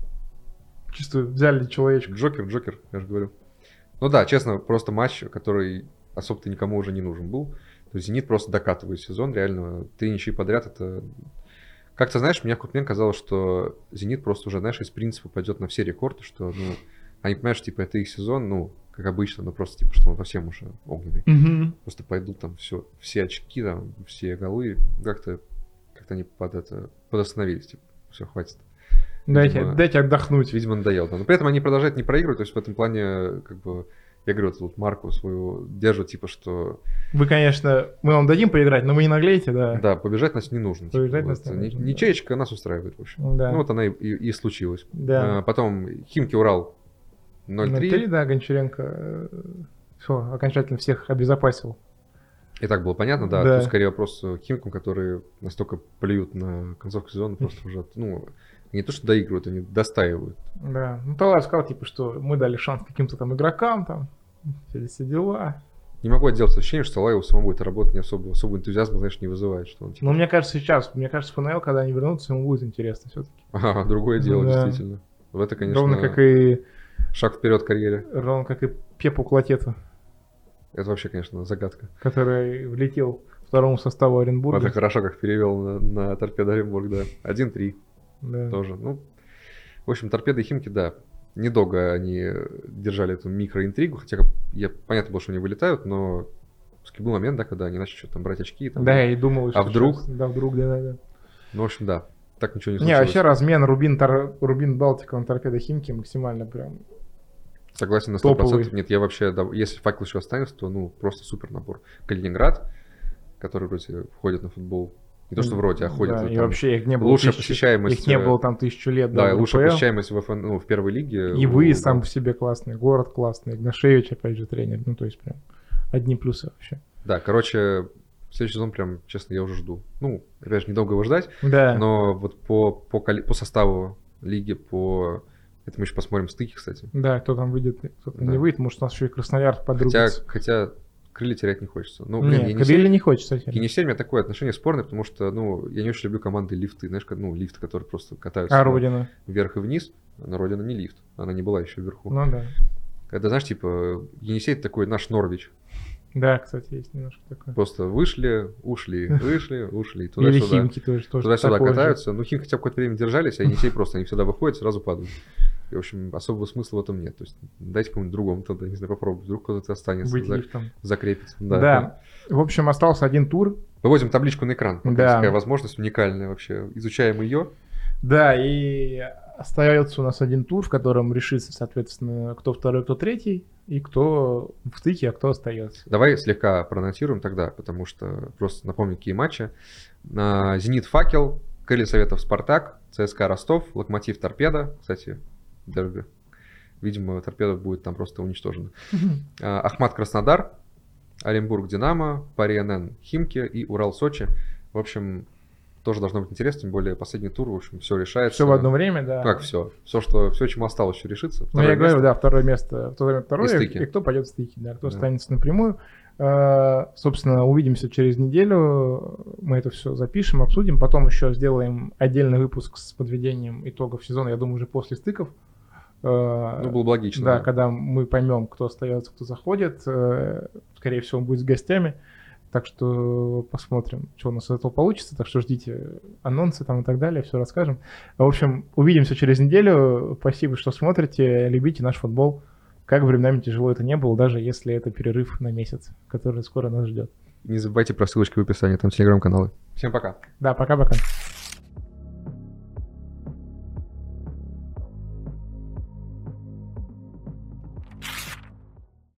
Чисто взяли человечка. Джокер, Джокер, я же говорю. Ну да, честно, просто матч, который особо-то никому уже не нужен был. То есть «Зенит» просто докатывает сезон, реально, три ничьи подряд, это... Как-то, знаешь, мне в какой-то момент казалось, что «Зенит» просто уже, знаешь, из принципа пойдет на все рекорды, что, ну, они понимают, что, типа, это их сезон, ну, как обычно, но просто, типа, что он совсем уже огненный. Mm-hmm. Просто пойдут там все, все очки, там, все голы, как-то, как-то они под это, подостановились, типа, все, хватит. Дайте, видимо, дайте отдохнуть. Видимо, надоело. Но при этом они продолжают не проигрывать, то есть в этом плане, как бы, я говорю, тут марку свою держу, типа, что... Вы, конечно, мы вам дадим поиграть, но вы не наглеете, да? Да, побежать нас не нужно. Побежать типа, нас вот, не нужно. Ничеечка да. нас устраивает, в общем. Да. Ну, вот она и, и, и случилась. Да. А, потом Химки Урал ноль три. ноль три, да, Гончаренко все, окончательно всех обезопасил. И так было понятно, да. да. Тут скорее вопрос к Химкам, которые настолько плюют на концовку сезона, просто уже, ну... Не то, что доигрывают, они достаивают. Да. Ну, Талай сказал, типа, что мы дали шанс каким-то там игрокам, там, все дела. Не могу отделаться ощущением, что Талай у самого эта работа не особо, особо энтузиазма, знаешь, не вызывает. Что он, типа... Ну, мне кажется, сейчас, мне кажется, ФНЛ, когда они вернутся, ему будет интересно все-таки. Ага, другое дело, да. действительно. В это, конечно, ровно как и... шаг вперед в карьере. Ровно как и Пепу Клотету. Это вообще, конечно, загадка. Который влетел к второму составу Оренбурга. Это хорошо, как перевел на, на Торпедо Оренбург, да. один-три. Да. Тоже. Ну, в общем, Торпеды и Химки, да, недолго они держали эту микроинтригу, хотя я, понятно было, что они вылетают, но был момент, да, когда они начали что-то там брать очки. Там, да, и думал, а вдруг? Сейчас, да, вдруг, да, да, да. Ну, в общем, да, так ничего не случилось. Не, вообще размен Рубин, Тор... Рубин Балтика на Торпедо Химки максимально прям согласен на сто процентов. Топовый. Нет, я вообще, да, если Факел еще останется, то, ну, просто супер набор. Калининград, который вроде входит на футбол, Не то, что вроде, а ходят. Да, там, и вообще их не было лучшая тысячу, посещаемость. их не было там тысячу лет. Да, да, и лучшая РПЛ. посещаемость в, ФН, ну, в первой лиге. И выезд у, сам да. по себе классный, город классный, Игнашевич, опять же, тренер. Ну, то есть прям одни плюсы вообще. Да, короче, следующий сезон прям, честно, я уже жду. Ну, опять же, недолго его ждать, Да. но вот по, по, по составу лиги, по... Это мы еще посмотрим стыки, кстати. Да, кто там выйдет, кто-то Да. не выйдет, может, у нас еще и Краснояр Хотя, подрубится. хотя крылья терять не хочется. Ну, блин, Не, Енисей, крылья не хочется. терять. Енисей у меня такое отношение спорное, потому что, ну, я не очень люблю команды лифты, знаешь, как, ну, лифты, которые просто катаются А Родина? вверх и вниз. Но Родина не лифт, она не была еще вверху. Ну да. Когда, знаешь, типа, Енисей — это такой наш Норвич. Да, кстати, есть немножко такое. Просто вышли, ушли, вышли, ушли, Или туда-сюда. Химки тоже. тоже Туда-сюда такое же. катаются. Ну, Хим хотя бы какое-то время держались, а Енисей просто, они всегда выходят, сразу падают. И, в общем, особого смысла в этом нет. То есть дайте кому-нибудь другому тогда, не знаю, попробовать. Вдруг кто-то останется, Быть за- лифтом. закрепится. Да. Да. В общем, остался один тур. Выводим табличку на экран. Да. Такая возможность уникальная вообще. Изучаем ее. Да, и остается у нас один тур, в котором решится, соответственно, кто второй, кто третий, и кто в стыке, а кто остается. Давай слегка проанонсируем тогда, потому что просто напомню, какие матчи. А, Зенит Факел, Крылья Советов Спартак, ЦСКА Ростов, Локомотив Торпедо. Кстати, дерби. Видимо, Торпедо будет там просто уничтожена. А, Ахмат Краснодар, Оренбург Динамо, Пари эн Химки и Урал Сочи. В общем, тоже должно быть интересно, тем более последний тур, в общем, все решается. Все в одно время, да. Как все? Все, что, все, чему осталось, еще решится. Ну, Второе я говорю, место. да, второе место, второе, второе И стыки. и кто пойдет в стыки, да, кто Да. останется напрямую. Э, Собственно, увидимся через неделю, мы это все запишем, обсудим, потом еще сделаем отдельный выпуск с подведением итогов сезона, я думаю, уже после стыков. Э, Ну, было бы логично. Да, да. когда мы поймем, кто остается, кто заходит, э, скорее всего, он будет с гостями. Так что посмотрим, что у нас из этого получится. Так что ждите анонсы там и так далее, все расскажем. В общем, увидимся через неделю. Спасибо, что смотрите. Любите наш футбол. Как бы временами тяжело это не было, даже если это перерыв на месяц, который скоро нас ждет. Не забывайте про ссылочки в описании, там телеграм-каналы. Всем пока. Да, пока-пока.